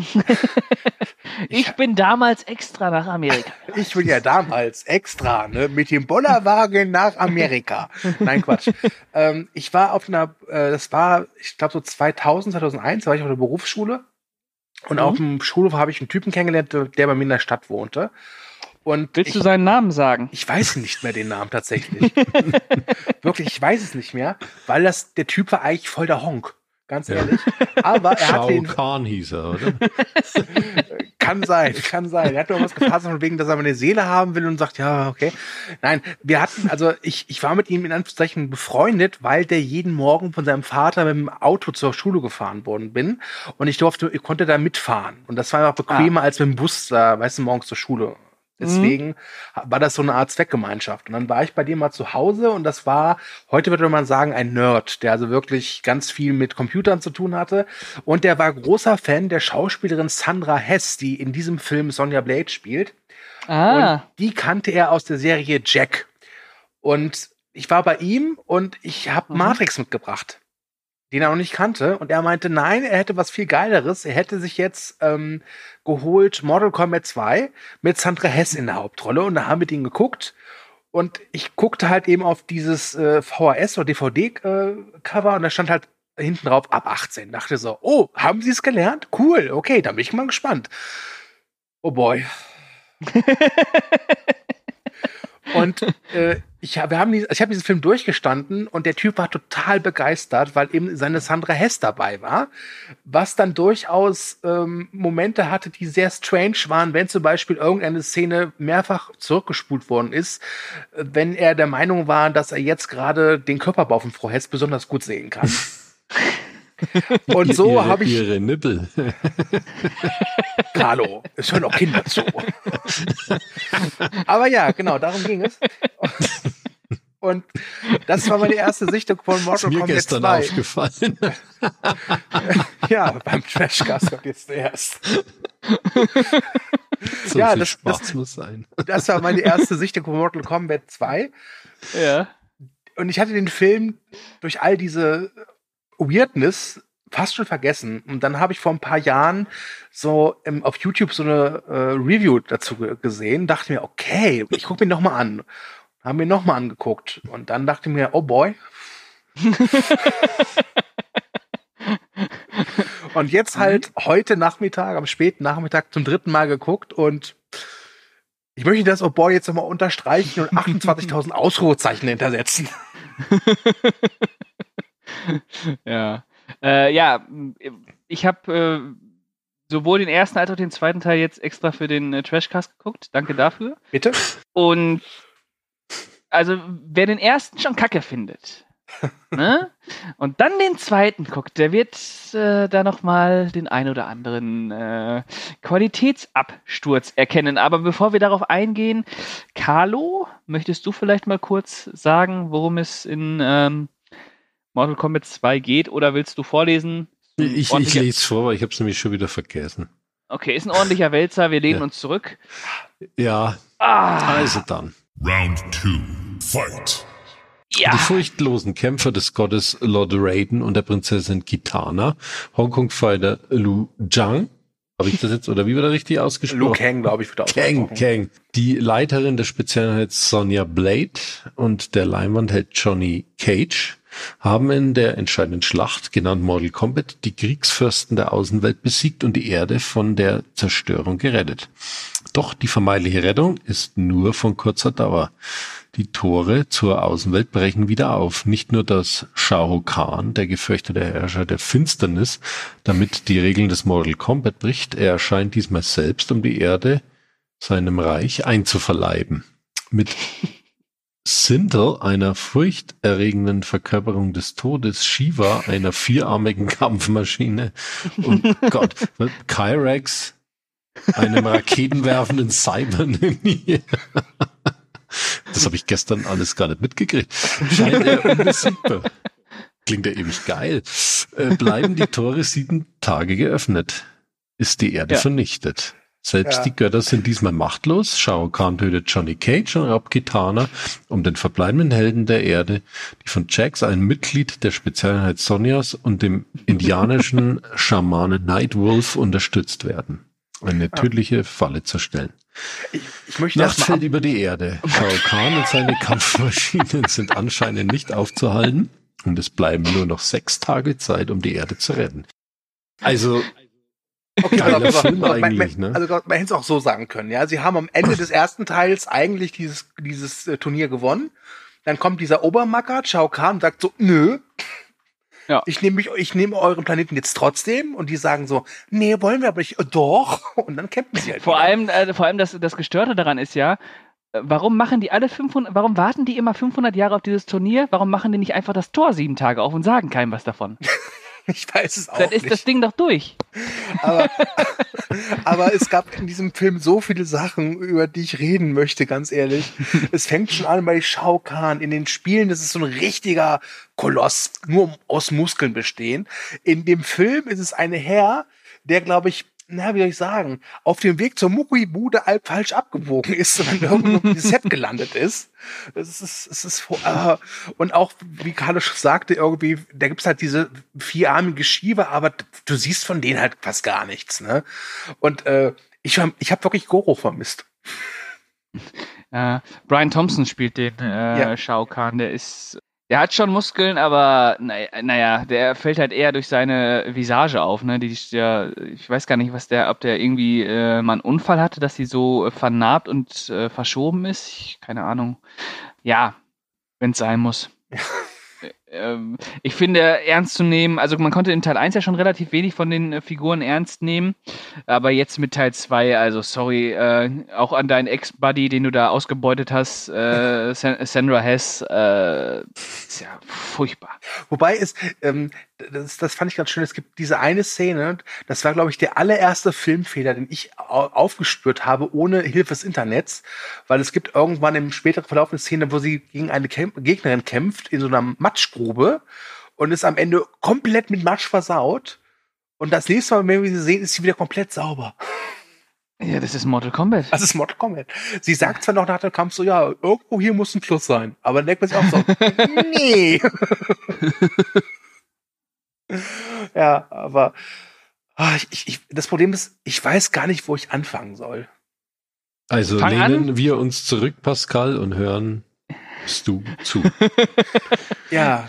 Ich bin damals extra nach Amerika. Ich bin ja damals extra, ne, mit dem Bollerwagen nach Amerika. Nein, Quatsch. Ich war auf einer, das war, ich glaube so 2000, 2001, war ich auf der Berufsschule. Und auf dem Schulhof habe ich einen Typen kennengelernt, der bei mir in der Stadt wohnte. Und Willst du seinen Namen sagen? Ich weiß nicht mehr den Namen tatsächlich. Wirklich, ich weiß es nicht mehr, weil der Typ war eigentlich voll der Honk. Ganz ehrlich. Aber er hat den... Shao Kahn hieß er, oder? Kann sein. Er hat nur was gefragt, von wegen, dass er meine Seele haben will und sagt, ja, okay. Nein, ich war mit ihm in Anführungszeichen befreundet, weil der jeden Morgen von seinem Vater mit dem Auto zur Schule gefahren worden bin und ich konnte da mitfahren. Und das war einfach bequemer als mit dem Bus, weißt du, morgens zur Schule. Deswegen war das so eine Art Zweckgemeinschaft. Und dann war ich bei dir mal zu Hause und das war, heute würde man sagen, ein Nerd, der also wirklich ganz viel mit Computern zu tun hatte. Und der war großer Fan der Schauspielerin Sandra Hess, die in diesem Film Sonya Blade spielt. Und die kannte er aus der Serie Jack. Und ich war bei ihm und ich habe Matrix mitgebracht, den er noch nicht kannte. Und er meinte, nein, er hätte was viel Geileres. Er hätte sich jetzt geholt Mortal Kombat 2 mit Sandra Hess in der Hauptrolle. Und da haben wir den geguckt. Und ich guckte halt eben auf dieses VHS- oder DVD-Cover. Und da stand halt hinten drauf, ab 18. Dachte so, oh, haben Sie es gelernt? Cool, okay, da bin ich mal gespannt. Oh boy. Und ich habe diesen Film durchgestanden und der Typ war total begeistert, weil eben seine Sandra Hess dabei war, was dann durchaus Momente hatte, die sehr strange waren, wenn zum Beispiel irgendeine Szene mehrfach zurückgespult worden ist, wenn er der Meinung war, dass er jetzt gerade den Körperbau von Frau Hess besonders gut sehen kann. Und so habe ich... Ihre Nippel. Carlo, es hören auch Kinder zu. Aber ja, genau, darum ging es. Und das war meine erste Sichtung von Mortal Kombat 2. Mir gestern aufgefallen. Ja, beim Trashcast kommt jetzt zuerst. So ja, viel Spaß muss sein. Das war meine erste Sichtung von Mortal Kombat 2. Ja. Und ich hatte den Film durch all diese Weirdness fast schon vergessen. Und dann habe ich vor ein paar Jahren so auf YouTube so eine Review dazu gesehen. Dachte mir, okay, ich gucke mir nochmal an. Haben mir nochmal angeguckt. Und dann dachte ich mir, oh boy. Und jetzt halt heute Nachmittag, am späten Nachmittag zum 3. Mal geguckt. Und ich möchte das oh boy jetzt nochmal unterstreichen und 28.000 Ausrufezeichen hintersetzen. Ja. Ich habe sowohl den ersten als auch den zweiten Teil jetzt extra für den Trashcast geguckt. Danke dafür. Bitte? Und also, wer den ersten schon kacke findet, ne? Und dann den zweiten guckt, der wird da nochmal den ein oder anderen Qualitätsabsturz erkennen. Aber bevor wir darauf eingehen, Carlo, möchtest du vielleicht mal kurz sagen, worum es in Mortal Kombat 2 geht, oder willst du vorlesen? Ich lese vor, weil ich habe es nämlich schon wieder vergessen. Okay, ist ein ordentlicher Wälzer, wir lehnen uns zurück. Ja, also dann. Round 2. Fight. Ja. Die furchtlosen Kämpfer des Gottes Lord Raiden und der Prinzessin Kitana, Hongkong-Fighter Liu Zhang Habe ich das jetzt, oder wie wird er richtig ausgesprochen? Liu Kang, glaube ich, wird ausgesprochen. Kang. Die Leiterin der Spezialeinheit Sonja Blade und der Leinwandheld Johnny Cage haben in der entscheidenden Schlacht, genannt Mortal Kombat, die Kriegsfürsten der Außenwelt besiegt und die Erde von der Zerstörung gerettet. Doch die vermeintliche Rettung ist nur von kurzer Dauer. Die Tore zur Außenwelt brechen wieder auf. Nicht nur, dass Shao Kahn, der gefürchtete Herrscher der Finsternis, damit die Regeln des Mortal Kombat bricht, er erscheint diesmal selbst, um die Erde seinem Reich einzuverleiben. Mit Sintel, einer furchterregenden Verkörperung des Todes, Shiva, einer vierarmigen Kampfmaschine und Gott, Kyrax, einem raketenwerfenden Cyberninja. Das habe ich gestern alles gar nicht mitgekriegt. Scheint er unbesiegbar. Klingt ja ewig geil. Bleiben die Tore 7 Tage geöffnet, ist die Erde vernichtet. Selbst die Götter sind diesmal machtlos. Shao Kahn tötet Johnny Cage und raubt Kitana, um den verbleibenden Helden der Erde, die von Jax, einem Mitglied der Spezialeinheit Sonjas und dem indianischen Schamanen Nightwolf unterstützt werden, eine tödliche Falle zu stellen. Ich möchte Nacht fällt über die Erde. Shao Kahn und seine Kampfmaschinen sind anscheinend nicht aufzuhalten und es bleiben nur noch 6 Tage Zeit, um die Erde zu retten. Also, geiler Film eigentlich, ne? Also man hätte es auch so sagen können, ja. Sie haben am Ende des ersten Teils eigentlich dieses Turnier gewonnen. Dann kommt dieser Obermacker, Shao Kahn, und sagt so, nö. Ja. Ich nehme euren Planeten jetzt trotzdem. Und die sagen so, nee, wollen wir aber nicht. Doch. Und dann kämpfen sie halt. Vor allem das Gestörte daran ist ja, warum warten die immer 500 Jahre auf dieses Turnier? Warum machen die nicht einfach das Tor 7 Tage auf und sagen keinem was davon? Ich weiß es auch nicht. Dann ist das Ding doch durch. Aber es gab in diesem Film so viele Sachen, über die ich reden möchte, ganz ehrlich. Es fängt schon an bei Shao Kahn. In den Spielen, das ist so ein richtiger Koloss, nur aus Muskeln bestehen. In dem Film ist es ein Herr, der, glaube ich, wie soll ich sagen, auf dem Weg zur Muckibude falsch abgebogen ist und dann irgendwo im Set gelandet ist. Und auch, wie Carlo schon sagte, irgendwie, da gibt's halt diese vierarmige Shiva, aber du siehst von denen halt fast gar nichts, ne? Und ich habe wirklich Goro vermisst. Brian Thompson spielt den Shao Kahn, der hat schon Muskeln, aber naja, der fällt halt eher durch seine Visage auf, ne? Ich weiß gar nicht, ob der irgendwie mal einen Unfall hatte, dass sie so vernarbt und verschoben ist. Keine Ahnung. Ja, wenn es sein muss. Ich finde, ernst zu nehmen, also man konnte in Teil 1 ja schon relativ wenig von den Figuren ernst nehmen, aber jetzt mit Teil 2, also sorry, auch an deinen Ex-Buddy, den du da ausgebeutet hast, Sandra Hess, ist ja furchtbar. Wobei das fand ich ganz schön, es gibt diese eine Szene, das war, glaube ich, der allererste Filmfehler, den ich aufgespürt habe, ohne Hilfe des Internets, weil es gibt irgendwann im späteren Verlauf eine Szene, wo sie gegen eine Gegnerin kämpft, in so einer Matschgrube und ist am Ende komplett mit Matsch versaut und das nächste Mal, wenn wir sie sehen, ist sie wieder komplett sauber. Ja, das ist Mortal Kombat. Das ist Mortal Kombat. Sie sagt zwar noch nach dem Kampf so, ja, irgendwo hier muss ein Fluss sein, aber dann denkt man sich auch so, nee. Ja, aber das Problem ist, ich weiß gar nicht, wo ich anfangen soll. Also lehnen wir uns zurück, Pascal, und hören du zu. Ja.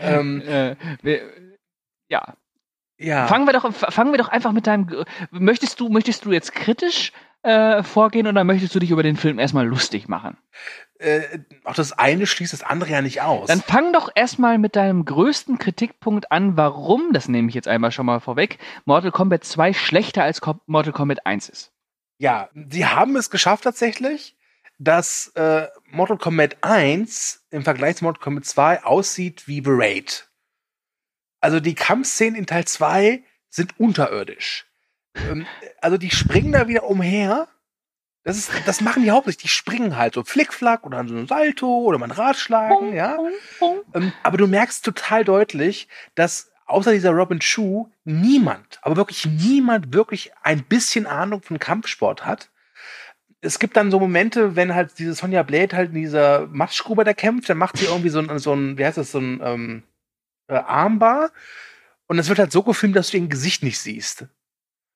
Ja. Fangen wir doch einfach mit deinem. Möchtest du jetzt kritisch vorgehen oder möchtest du dich über den Film erstmal lustig machen? Auch das eine schließt das andere ja nicht aus. Dann fang doch erstmal mit deinem größten Kritikpunkt an, warum, das nehme ich jetzt einmal schon mal vorweg, Mortal Kombat 2 schlechter als Mortal Kombat 1 ist. Ja, sie haben es geschafft tatsächlich, dass Mortal Kombat 1 im Vergleich zu Mortal Kombat 2 aussieht wie The Raid. Also die Kampfszenen in Teil 2 sind unterirdisch. Also die springen da wieder umher. Das machen die hauptsächlich. Die springen halt so Flickflack oder so ein Salto oder mal ein Ratschlagen, ja. Aber du merkst total deutlich, dass außer dieser Robin Shou aber wirklich niemand wirklich ein bisschen Ahnung von Kampfsport hat. Es gibt dann so Momente, wenn halt diese Sonja Blade halt in dieser Matschgrube da kämpft, dann macht sie irgendwie so ein wie heißt das, so ein Armbar. Und es wird halt so gefilmt, dass du ihr Gesicht nicht siehst.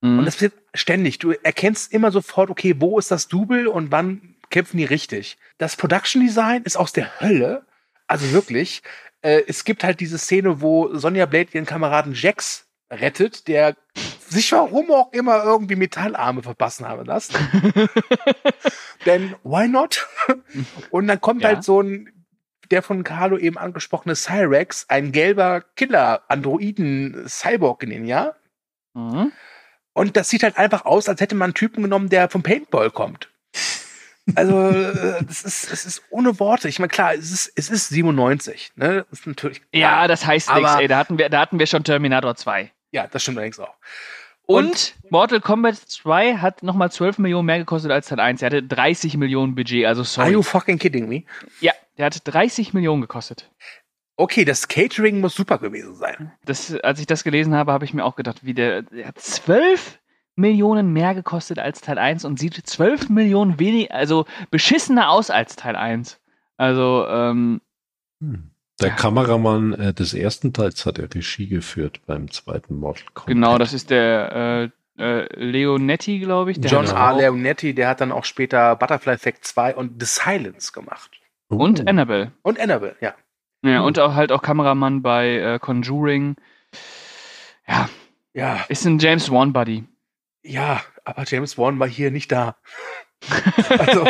Und das passiert ständig. Du erkennst immer sofort, okay, wo ist das Double und wann kämpfen die richtig. Das Production Design ist aus der Hölle. Also wirklich. Es gibt halt diese Szene, wo Sonya Blade ihren Kameraden Jax rettet, der sich warum auch immer irgendwie Metallarme verpassen haben lassen. Denn why not? Und dann kommt halt so der von Carlo eben angesprochene Cyrex, ein gelber Killer-Androiden-Cyborg-Ninja. Mhm. Und das sieht halt einfach aus, als hätte man einen Typen genommen, der vom Paintball kommt. Also, es ist ohne Worte. Ich meine, klar, es ist 97, ne? Das ist natürlich klar. Ja, das heißt nichts, ey. Da hatten wir schon Terminator 2. Ja, das stimmt allerdings auch. Und Mortal Kombat 2 hat nochmal 12 Millionen mehr gekostet als Teil 1. Er hatte 30 Millionen Budget, also sorry. Are you fucking kidding me? Ja, der hat 30 Millionen gekostet. Okay, das Catering muss super gewesen sein. Als ich das gelesen habe, habe ich mir auch gedacht, der hat 12 Millionen mehr gekostet als Teil 1 und sieht 12 Millionen weniger, also beschissener aus als Teil 1. Also, Der Kameramann des ersten Teils hat ja Regie geführt beim zweiten Mortal Kombat. Genau, das ist der Leonetti, glaube ich. John R. Leonetti, der hat dann auch später Butterfly Effect 2 und The Silence gemacht. Und Annabelle. Und Annabelle, ja. Ja, und auch Kameramann bei Conjuring. Ja. Ist ein James Wan-Buddy. Ja, aber James Wan war hier nicht da. Also,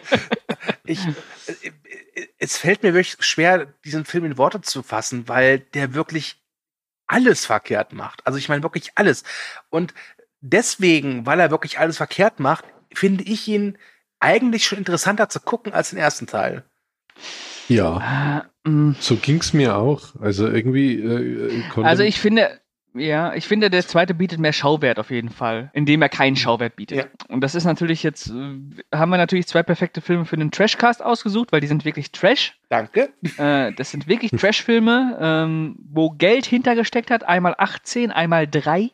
es fällt mir wirklich schwer, diesen Film in Worte zu fassen, weil der wirklich alles verkehrt macht. Also ich meine wirklich alles. Und deswegen, weil er wirklich alles verkehrt macht, finde ich ihn eigentlich schon interessanter zu gucken als den ersten Teil. Ja, so ging's mir auch. Also irgendwie ich finde, der zweite bietet mehr Schauwert auf jeden Fall, indem er keinen Schauwert bietet. Ja. Und das ist natürlich jetzt, haben wir natürlich 2 perfekte Filme für den Trashcast ausgesucht, weil die sind wirklich Trash. Danke. Das sind wirklich Trash-Filme, wo Geld hintergesteckt hat. Einmal 18, einmal 30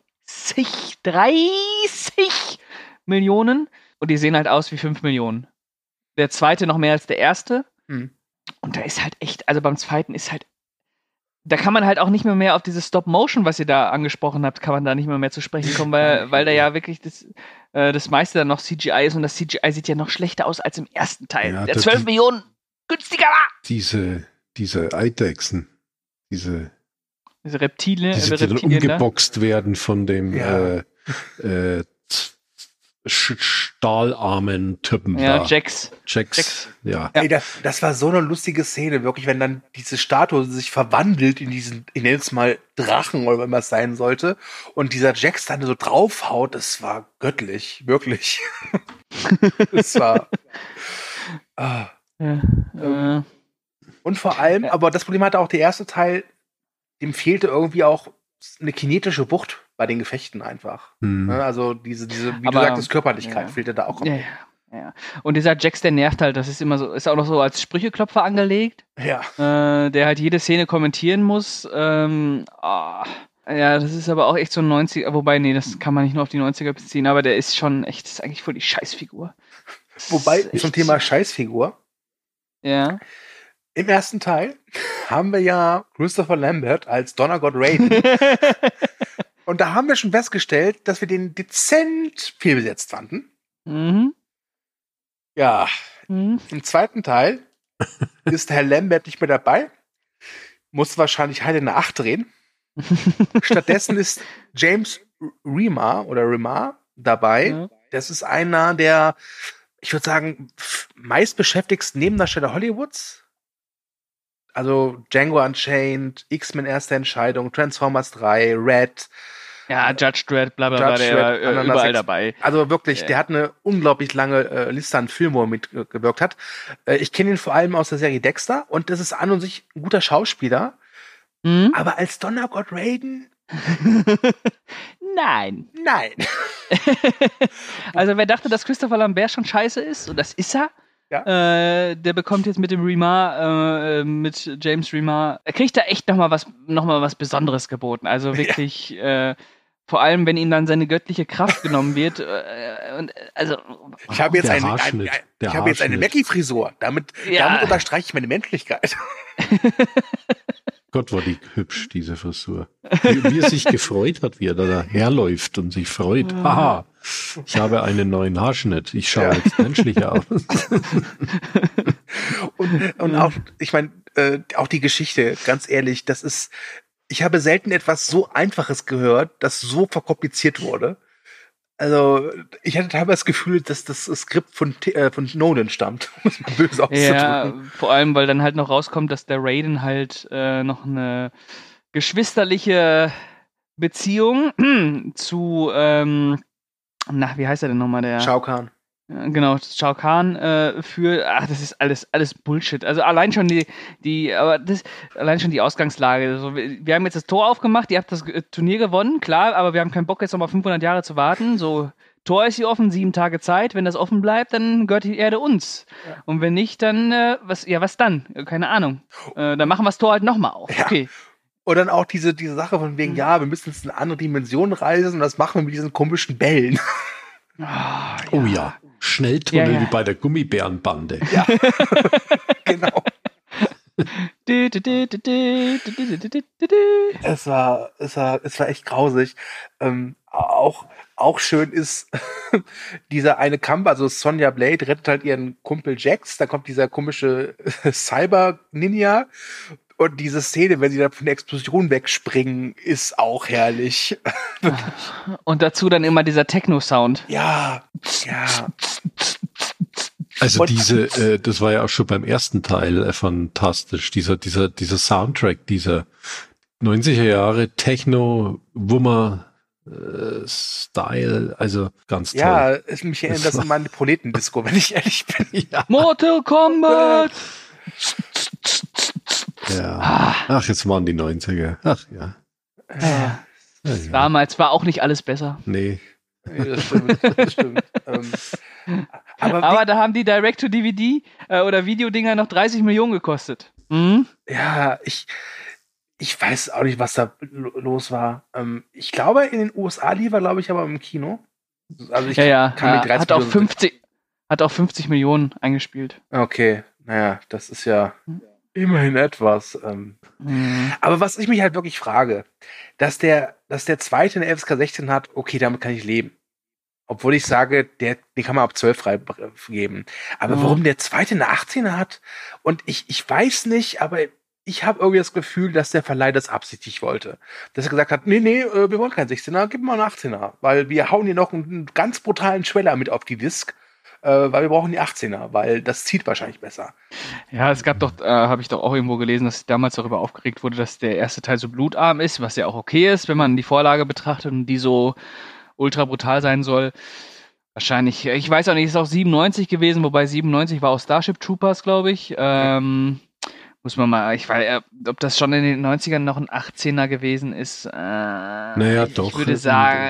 Millionen. Und die sehen halt aus wie 5 Millionen. Der zweite noch mehr als der erste. Und da ist halt echt, also beim zweiten ist halt, da kann man halt auch nicht mehr auf dieses Stop-Motion, was ihr da angesprochen habt, kann man da nicht mehr zu sprechen kommen, weil da ja wirklich das meiste dann noch CGI ist und das CGI sieht ja noch schlechter aus als im ersten Teil, ja, der 12 Millionen günstiger war. Diese Eidechsen, diese Reptilien, die dann umgeboxt werden von dem stahlarmen Typen. Ja, Jax. Ja. Ey, das war so eine lustige Szene, wirklich, wenn dann diese Statue sich verwandelt in diesen, ich nenne es mal Drachen oder was es sein sollte, und dieser Jax dann so draufhaut, das war göttlich, wirklich. Das war. Und vor allem, aber das Problem hatte auch der erste Teil, dem fehlte irgendwie auch eine kinetische Wucht bei den Gefechten einfach. Also diese, wie du sagtest, Körperlichkeit fehlte da auch. Ja. Und dieser Jax, der nervt halt, das ist immer so, ist auch noch so als Sprücheklopfer angelegt. Ja. Der halt jede Szene kommentieren muss. Ja, das ist aber auch echt so ein 90er, wobei, nee, das kann man nicht nur auf die 90er beziehen, aber der ist schon echt, das ist eigentlich voll die Scheißfigur. Wobei, zum Thema Scheißfigur. Ja. Im ersten Teil haben wir ja Christopher Lambert als Donnergott Raiden. Und da haben wir schon festgestellt, dass wir den dezent fehlbesetzt fanden. Ja. Im zweiten Teil ist Herr Lambert nicht mehr dabei. Muss wahrscheinlich halt in eine 8 drehen. Stattdessen ist James Remar dabei. Das ist einer der, ich würde sagen, meistbeschäftigsten Nebendarsteller Hollywoods. Also Django Unchained, X-Men Erste Entscheidung, Transformers 3, Red. Ja, Judge Dredd, bla bla bla, der war überall dabei. Also wirklich, der hat eine unglaublich lange Liste an Filmen, wo er mitgewirkt hat. Ich kenne ihn vor allem aus der Serie Dexter und das ist an und sich ein guter Schauspieler. Aber als Donnergott Raiden? Nein. Also wer dachte, dass Christopher Lambert schon scheiße ist, und das ist er, der bekommt jetzt mit dem Remar, mit James Remar, er kriegt da echt noch mal was Besonderes geboten. Also wirklich, vor allem, wenn ihm dann seine göttliche Kraft genommen wird. Ich habe jetzt eine Mackie-Frisur. Damit unterstreiche ich meine Menschlichkeit. Gott, war die hübsch, diese Frisur. Wie er sich gefreut hat, wie er da herläuft und sich freut. Haha, ich habe einen neuen Haarschnitt. Ich schaue jetzt menschlicher aus. Und auch, ich meine, auch die Geschichte, ganz ehrlich, ich habe selten etwas so Einfaches gehört, das so verkompliziert wurde. Also, ich hatte teilweise das Gefühl, dass das Skript von Nolan stammt, um es mal böse auszudrücken. Ja, vor allem, weil dann halt noch rauskommt, dass der Raiden halt noch eine geschwisterliche Beziehung zu, wie heißt er denn nochmal, der? Shao Kahn. Genau, Shao Kahn das ist alles Bullshit. Also allein schon die Ausgangslage. Also wir haben jetzt das Tor aufgemacht, ihr habt das Turnier gewonnen, klar, aber wir haben keinen Bock jetzt nochmal 500 Jahre zu warten. So, Tor ist hier offen, 7 Tage Zeit. Wenn das offen bleibt, dann gehört die Erde uns. Ja. Und wenn nicht, dann was dann? Keine Ahnung. Dann machen wir das Tor halt nochmal auf. Ja. Okay. Und dann auch diese Sache von wegen, ja, wir müssen jetzt in eine andere Dimension reisen und das machen wir mit diesen komischen Bällen. Oh ja. Schnelltunnel wie bei der Gummibärenbande. Ja, genau. Es war echt grausig. Auch schön ist dieser eine Kampf, also Sonya Blade rettet halt ihren Kumpel Jax, da kommt dieser komische Cyber-Ninja. Und diese Szene, wenn sie da von der Explosion wegspringen, ist auch herrlich. Und dazu dann immer dieser Techno-Sound. Ja. Also das war ja auch schon beim ersten Teil fantastisch. Dieser Soundtrack, dieser 90er Jahre Techno-Wummer-Style, also ganz toll. Ja, mich erinnert das an eine Proletendisco, wenn ich ehrlich bin. Ja. Mortal Kombat! Ja. Ach, jetzt waren die 90er. Ach ja. Damals war auch nicht alles besser. Nee. Das stimmt. Aber da haben die Direct-to-DVD oder Videodinger noch 30 Millionen gekostet. Mhm. Ja, ich weiß auch nicht, was da los war. Ich glaube, in den USA lief er, glaube ich, aber im Kino. Also ich kann mit 30 hat auch 50 Millionen eingespielt. Okay, naja, das ist ja immerhin etwas. Aber was ich mich halt wirklich frage, dass der zweite eine FSK 16 hat, okay, damit kann ich leben. Obwohl ich sage, den kann man ab 12 freigeben. Aber warum der zweite eine 18er hat? Und ich weiß nicht, aber ich habe irgendwie das Gefühl, dass der Verleih das absichtlich wollte. Dass er gesagt hat, nee, wir wollen keinen 16er, gib mal einen 18er. Weil wir hauen hier noch einen ganz brutalen Schweller mit auf die Disc. Weil wir brauchen die 18er, weil das zieht wahrscheinlich besser. Ja, es gab doch, habe ich doch auch irgendwo gelesen, dass damals darüber aufgeregt wurde, dass der erste Teil so blutarm ist, was ja auch okay ist, wenn man die Vorlage betrachtet und die so ultra brutal sein soll. Wahrscheinlich, ich weiß auch nicht, ist auch 97 gewesen, wobei 97 war auch Starship Troopers, glaube ich. Muss man mal, ich weiß, ob das schon in den 90ern noch ein 18er gewesen ist. Naja, doch. Ich würde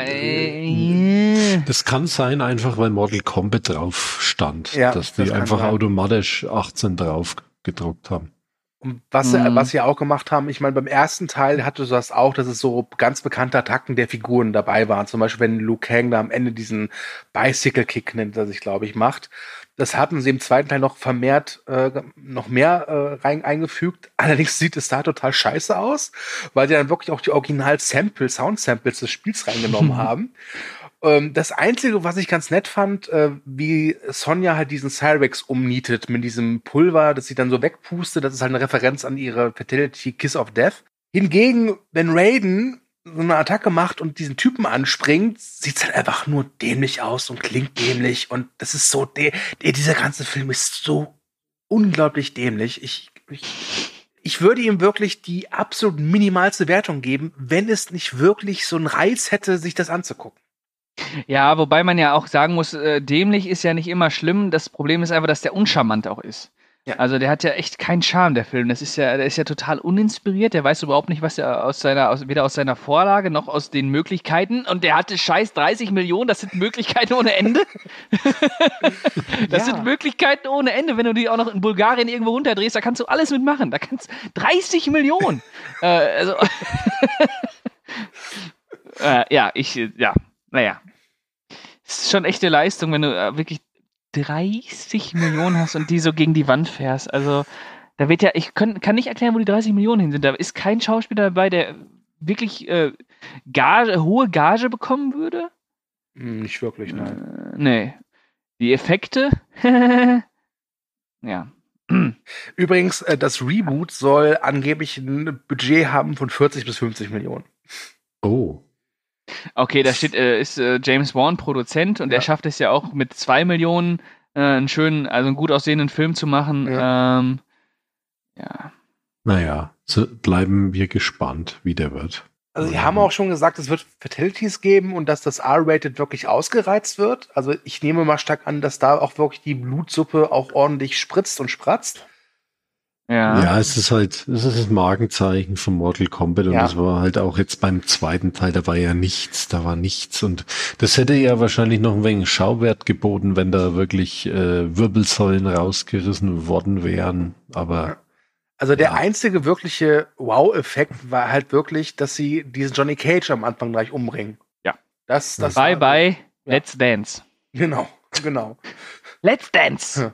sagen, das kann sein, einfach weil Mortal Kombat drauf stand. Ja, dass die einfach automatisch 18 drauf gedruckt haben. Und was sie auch gemacht haben, ich meine, beim ersten Teil hatte das auch, dass es so ganz bekannte Attacken der Figuren dabei waren. Zum Beispiel, wenn Liu Kang da am Ende diesen Bicycle-Kick, nennt er sich, glaube ich, macht. Das hatten sie im zweiten Teil noch vermehrt, noch mehr eingefügt. Allerdings sieht es da total scheiße aus, weil sie dann wirklich auch die Sound-Samples des Spiels reingenommen haben. Das Einzige, was ich ganz nett fand, wie Sonja halt diesen Cyrex umnietet mit diesem Pulver, das sie dann so wegpustet, das ist halt eine Referenz an ihre Fatality Kiss of Death. Hingegen, wenn Raiden so eine Attacke macht und diesen Typen anspringt, sieht's halt einfach nur dämlich aus und klingt dämlich und das ist so, dieser ganze Film ist so unglaublich dämlich. Ich würde ihm wirklich die absolut minimalste Wertung geben, wenn es nicht wirklich so einen Reiz hätte, sich das anzugucken. Ja, wobei man ja auch sagen muss, dämlich ist ja nicht immer schlimm. Das Problem ist einfach, dass der uncharmant auch ist. Ja. Also der hat ja echt keinen Charme, der Film. Der ist ja total uninspiriert. Der weiß überhaupt nicht, was er weder aus seiner Vorlage noch aus den Möglichkeiten. Und der hatte scheiß 30 Millionen. Das sind Möglichkeiten ohne Ende. Das sind Möglichkeiten ohne Ende. Wenn du die auch noch in Bulgarien irgendwo runterdrehst, da kannst du alles mitmachen. Da kannst 30 Millionen. Naja. Es ist schon echte Leistung, wenn du wirklich 30 Millionen hast und die so gegen die Wand fährst. Also, Da wird ja, kann nicht erklären, wo die 30 Millionen hin sind. Da ist kein Schauspieler dabei, der wirklich hohe Gage bekommen würde. Nicht wirklich, nein. Nee. Die Effekte? Ja. Übrigens, das Reboot soll angeblich ein Budget haben von 40 bis 50 Millionen. Oh. Okay, da steht, ist James Wan Produzent und er schafft es ja auch mit 2 Millionen einen schönen, also einen gut aussehenden Film zu machen. Ja. Naja, so bleiben wir gespannt, wie der wird. Also sie haben auch schon gesagt, es wird Fatalities geben und dass das R-Rated wirklich ausgereizt wird. Also ich nehme mal stark an, dass da auch wirklich die Blutsuppe auch ordentlich spritzt und spratzt. Ja, es ist das Markenzeichen von Mortal Kombat und das war halt auch jetzt beim zweiten Teil, da war nichts und das hätte ja wahrscheinlich noch ein wenig Schauwert geboten, wenn da wirklich Wirbelsäulen rausgerissen worden wären, aber also der einzige wirkliche Wow-Effekt war halt wirklich, dass sie diesen Johnny Cage am Anfang gleich umbringen. Ja. Das bye, Let's Dance. Genau. Let's Dance!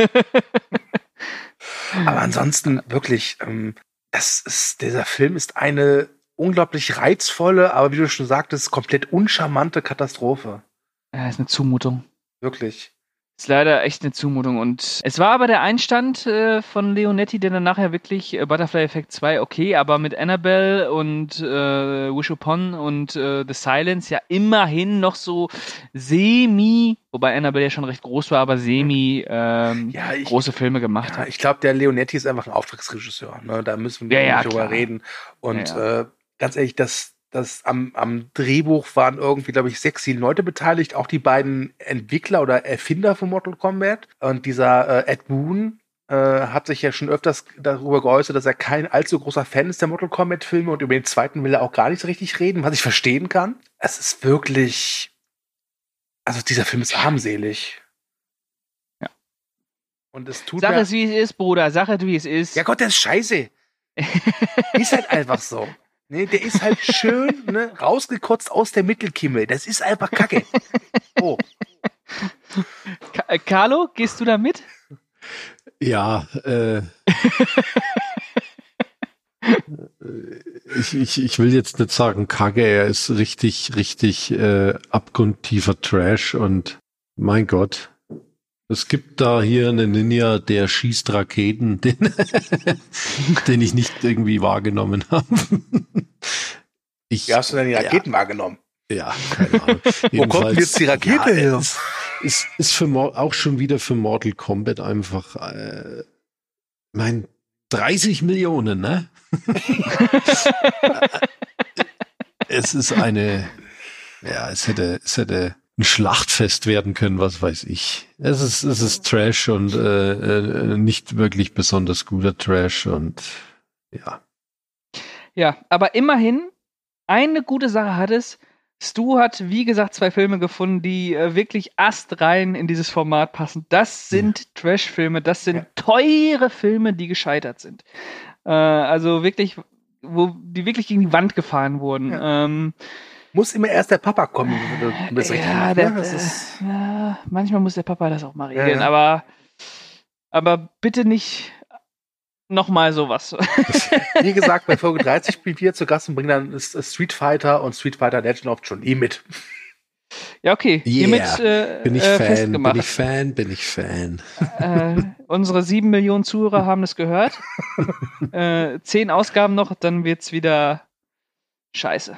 Aber ansonsten wirklich, dieser Film ist eine unglaublich reizvolle, aber wie du schon sagtest, komplett uncharmante Katastrophe. Ja, ist eine Zumutung. Wirklich. Ist leider echt eine Zumutung. Und es war aber der Einstand von Leonetti, der dann nachher wirklich Butterfly Effect 2 okay, aber mit Annabelle und Wish Upon und The Silence ja immerhin noch so wobei Annabelle ja schon recht groß war, aber große Filme gemacht hat. Ich glaube, der Leonetti ist einfach ein Auftragsregisseur. Ne? Da müssen wir nicht drüber reden. Und ganz ehrlich, das am Drehbuch waren irgendwie, glaube ich, 6, 7 Leute beteiligt, auch die beiden Entwickler oder Erfinder von Mortal Kombat. Und dieser Ed Boon hat sich ja schon öfters darüber geäußert, dass er kein allzu großer Fan ist der Mortal Kombat-Filme und über den zweiten will er auch gar nicht so richtig reden, was ich verstehen kann. Es ist wirklich, also dieser Film ist armselig. Ja. Und es tut Sag es, wie es ist, Bruder, sag es, wie es ist. Ja Gott, der ist scheiße. Ist halt einfach so. Nee, der ist halt schön rausgekotzt aus der Mittelkimme. Das ist einfach Kacke. Oh. Carlo, gehst du da mit? Ja, ich will jetzt nicht sagen Kacke, er ist richtig abgrundtiefer Trash und mein Gott. Es gibt da hier einen Ninja, der schießt Raketen, den ich nicht irgendwie wahrgenommen habe. Wie hast du denn die Raketen wahrgenommen? Ja, keine Ahnung. Wo kommt jetzt die Rakete her? Ist auch schon wieder für Mortal Kombat einfach 30 Millionen, ne? Es ist es hätte ein Schlachtfest werden können, was weiß ich. Es ist Trash und nicht wirklich besonders guter Trash und ja. Ja, aber immerhin, eine gute Sache hat es. Stu hat, wie gesagt, 2 Filme gefunden, die wirklich astrein in dieses Format passen. Das sind Trash-Filme, das sind teure Filme, die gescheitert sind. Also wirklich, wo die wirklich gegen die Wand gefahren wurden. Ja. Muss immer erst der Papa kommen, wenn das richtig macht. Manchmal muss der Papa das auch mal regeln, aber bitte nicht nochmal sowas. Wie gesagt, bei Folge 30 spielen wir zu Gast und bringen dann Street Fighter und Street Fighter Legend of Chun-Li mit. Ja, okay. Hiermit bin ich Fan, festgemacht. bin ich Fan. Unsere 7 Millionen Zuhörer haben es gehört. 10 Ausgaben noch, dann wird's wieder scheiße.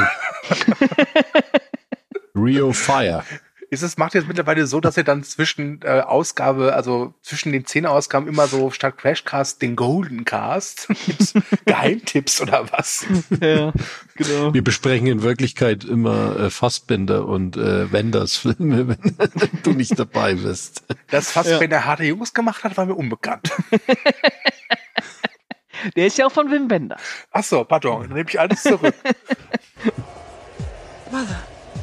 Rio Fire. Macht ihr jetzt mittlerweile so, dass ihr dann zwischen zwischen den 10 Ausgaben immer so statt Crashcast den Golden Cast gibt's Geheimtipps oder was? Ja, genau. Wir besprechen in Wirklichkeit immer Fassbender und Wenders Filme, wenn du nicht dabei bist. Dass Fassbender harte Jungs gemacht hat, war mir unbekannt. Der ist ja auch von Wim Wenders. Ach so, pardon, dann nehme ich alles zurück. Mother.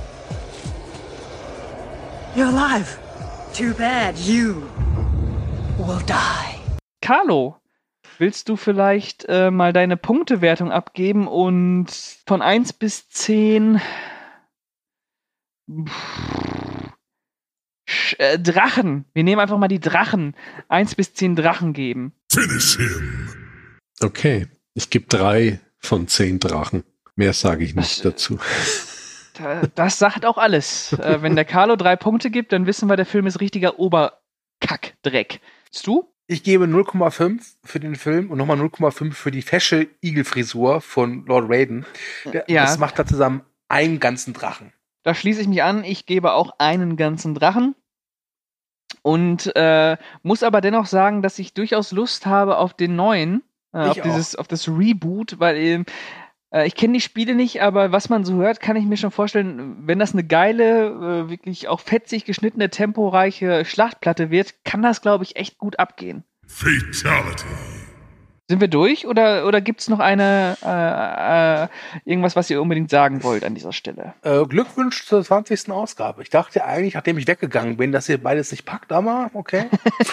You're alive. Too bad you will die. Carlo, willst du vielleicht mal deine Punktewertung abgeben und von 1 bis 10 Drachen. Wir nehmen einfach mal die Drachen. 1 bis 10 Drachen geben. Finish him. Okay, ich gebe 3 von 10 Drachen. Mehr sage ich nicht dazu. Das sagt auch alles. Wenn der Carlo 3 Punkte gibt, dann wissen wir, der Film ist richtiger Oberkackdreck. Bist du? Ich gebe 0,5 für den Film und nochmal 0,5 für die fesche Igelfrisur von Lord Raiden. Das macht da zusammen einen ganzen Drachen. Da schließe ich mich an. Ich gebe auch einen ganzen Drachen. Und muss aber dennoch sagen, dass ich durchaus Lust habe auf den neuen, auf das Reboot, weil ich kenne die Spiele nicht, aber was man so hört, kann ich mir schon vorstellen, wenn das eine geile, wirklich auch fetzig geschnittene, temporeiche Schlachtplatte wird, kann das, glaube ich, echt gut abgehen. Fatality. Sind wir durch oder gibt es noch irgendwas, was ihr unbedingt sagen wollt an dieser Stelle? Glückwunsch zur 20. Ausgabe. Ich dachte eigentlich, nachdem ich weggegangen bin, dass ihr beides nicht packt, aber okay.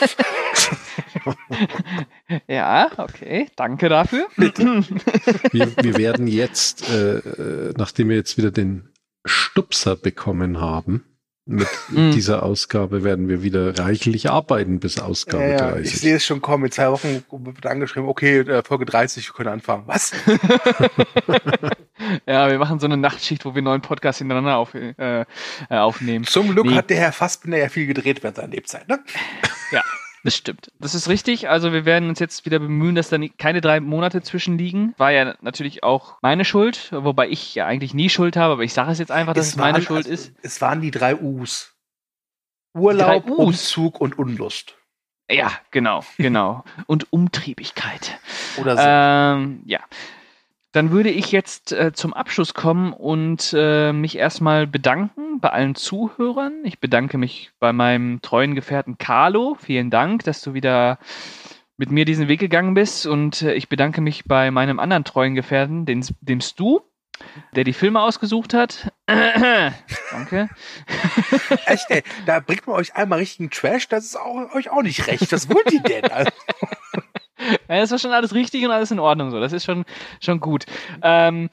Ja, okay. Danke dafür. Wir werden jetzt, nachdem wir jetzt wieder den Stupser bekommen haben, mit dieser Ausgabe werden wir wieder reichlich arbeiten bis Ausgabe 30. Ich sehe es schon kommen. In 2 Wochen wird angeschrieben, okay, Folge 30, wir können anfangen. Was? Ja, wir machen so eine Nachtschicht, wo wir 9 Podcasts hintereinander aufnehmen. Zum Glück hat der Herr Fassbinder ja viel gedreht während seiner Lebzeit, ne? Ja, das stimmt. Das ist richtig. Also wir werden uns jetzt wieder bemühen, dass da keine 3 Monate zwischenliegen. War ja natürlich auch meine Schuld, wobei ich ja eigentlich nie Schuld habe, aber ich sage es jetzt einfach, dass es meine Schuld ist. Es waren die 3 U's. Urlaub, Umzug und Unlust. Ja, genau. Und Umtriebigkeit. Oder so. Ja. Dann würde ich jetzt zum Abschluss kommen und mich erstmal bedanken bei allen Zuhörern. Ich bedanke mich bei meinem treuen Gefährten Carlo. Vielen Dank, dass du wieder mit mir diesen Weg gegangen bist. Und ich bedanke mich bei meinem anderen treuen Gefährten, dem Stu, der die Filme ausgesucht hat. Danke. Echt, ey, da bringt man euch einmal richtigen Trash, das ist euch auch nicht recht. Was wollt ihr denn? Ja, das war schon alles richtig und alles in Ordnung so. Das ist schon gut. Dann,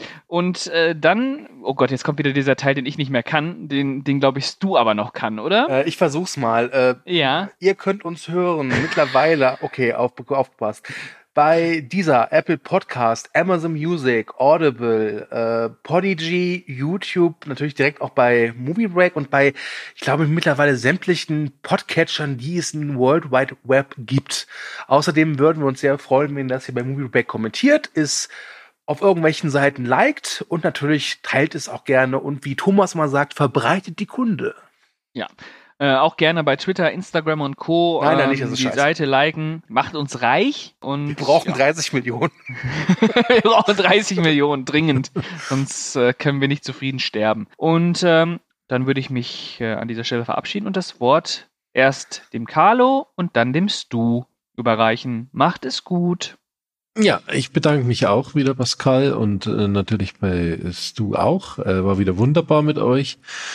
oh Gott, jetzt kommt wieder dieser Teil, den ich nicht mehr kann. Den glaube ich, du aber noch kann, oder? Ich versuch's mal. Ja. Ihr könnt uns hören mittlerweile, okay, aufgepasst. Bei dieser Apple Podcast, Amazon Music, Audible, Podigy, YouTube, natürlich direkt auch bei Movie Break und bei, ich glaube, mittlerweile sämtlichen Podcatchern, die es im World Wide Web gibt. Außerdem würden wir uns sehr freuen, wenn das hier bei Movie Break kommentiert ist, auf irgendwelchen Seiten liked und natürlich teilt es auch gerne und wie Thomas mal sagt, verbreitet die Kunde. Ja. Auch gerne bei Twitter, Instagram und Co. Nein, nicht, das ist die scheiße. Seite liken. Macht uns reich. Und wir brauchen 30 Millionen. Wir brauchen 30 Millionen, dringend. Sonst können wir nicht zufrieden sterben. Und dann würde ich mich an dieser Stelle verabschieden und das Wort erst dem Carlo und dann dem Stu überreichen. Macht es gut. Ja, ich bedanke mich auch wieder, Pascal, und natürlich bei Stu auch. War wieder wunderbar mit euch.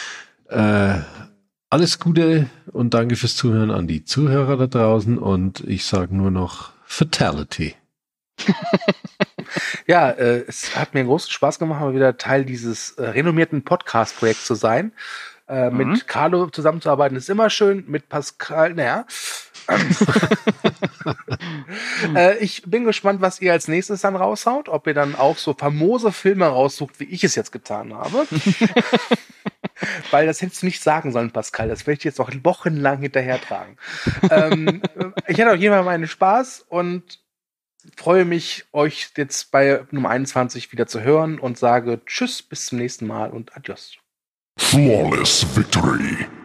Alles Gute und danke fürs Zuhören an die Zuhörer da draußen und ich sage nur noch Fatality. Ja, es hat mir großen Spaß gemacht, mal wieder Teil dieses renommierten Podcast-Projekts zu sein. Mit Carlo zusammenzuarbeiten ist immer schön, mit Pascal, naja. Ich bin gespannt, was ihr als nächstes dann raushaut, ob ihr dann auch so famose Filme raussucht, wie ich es jetzt getan habe. Weil das hättest du nicht sagen sollen, Pascal. Das werde ich jetzt noch wochenlang hinterher tragen. Ich hatte auf jeden Fall meinen Spaß und freue mich, euch jetzt bei Nummer 21 wieder zu hören und sage Tschüss, bis zum nächsten Mal und Adios. Flawless victory.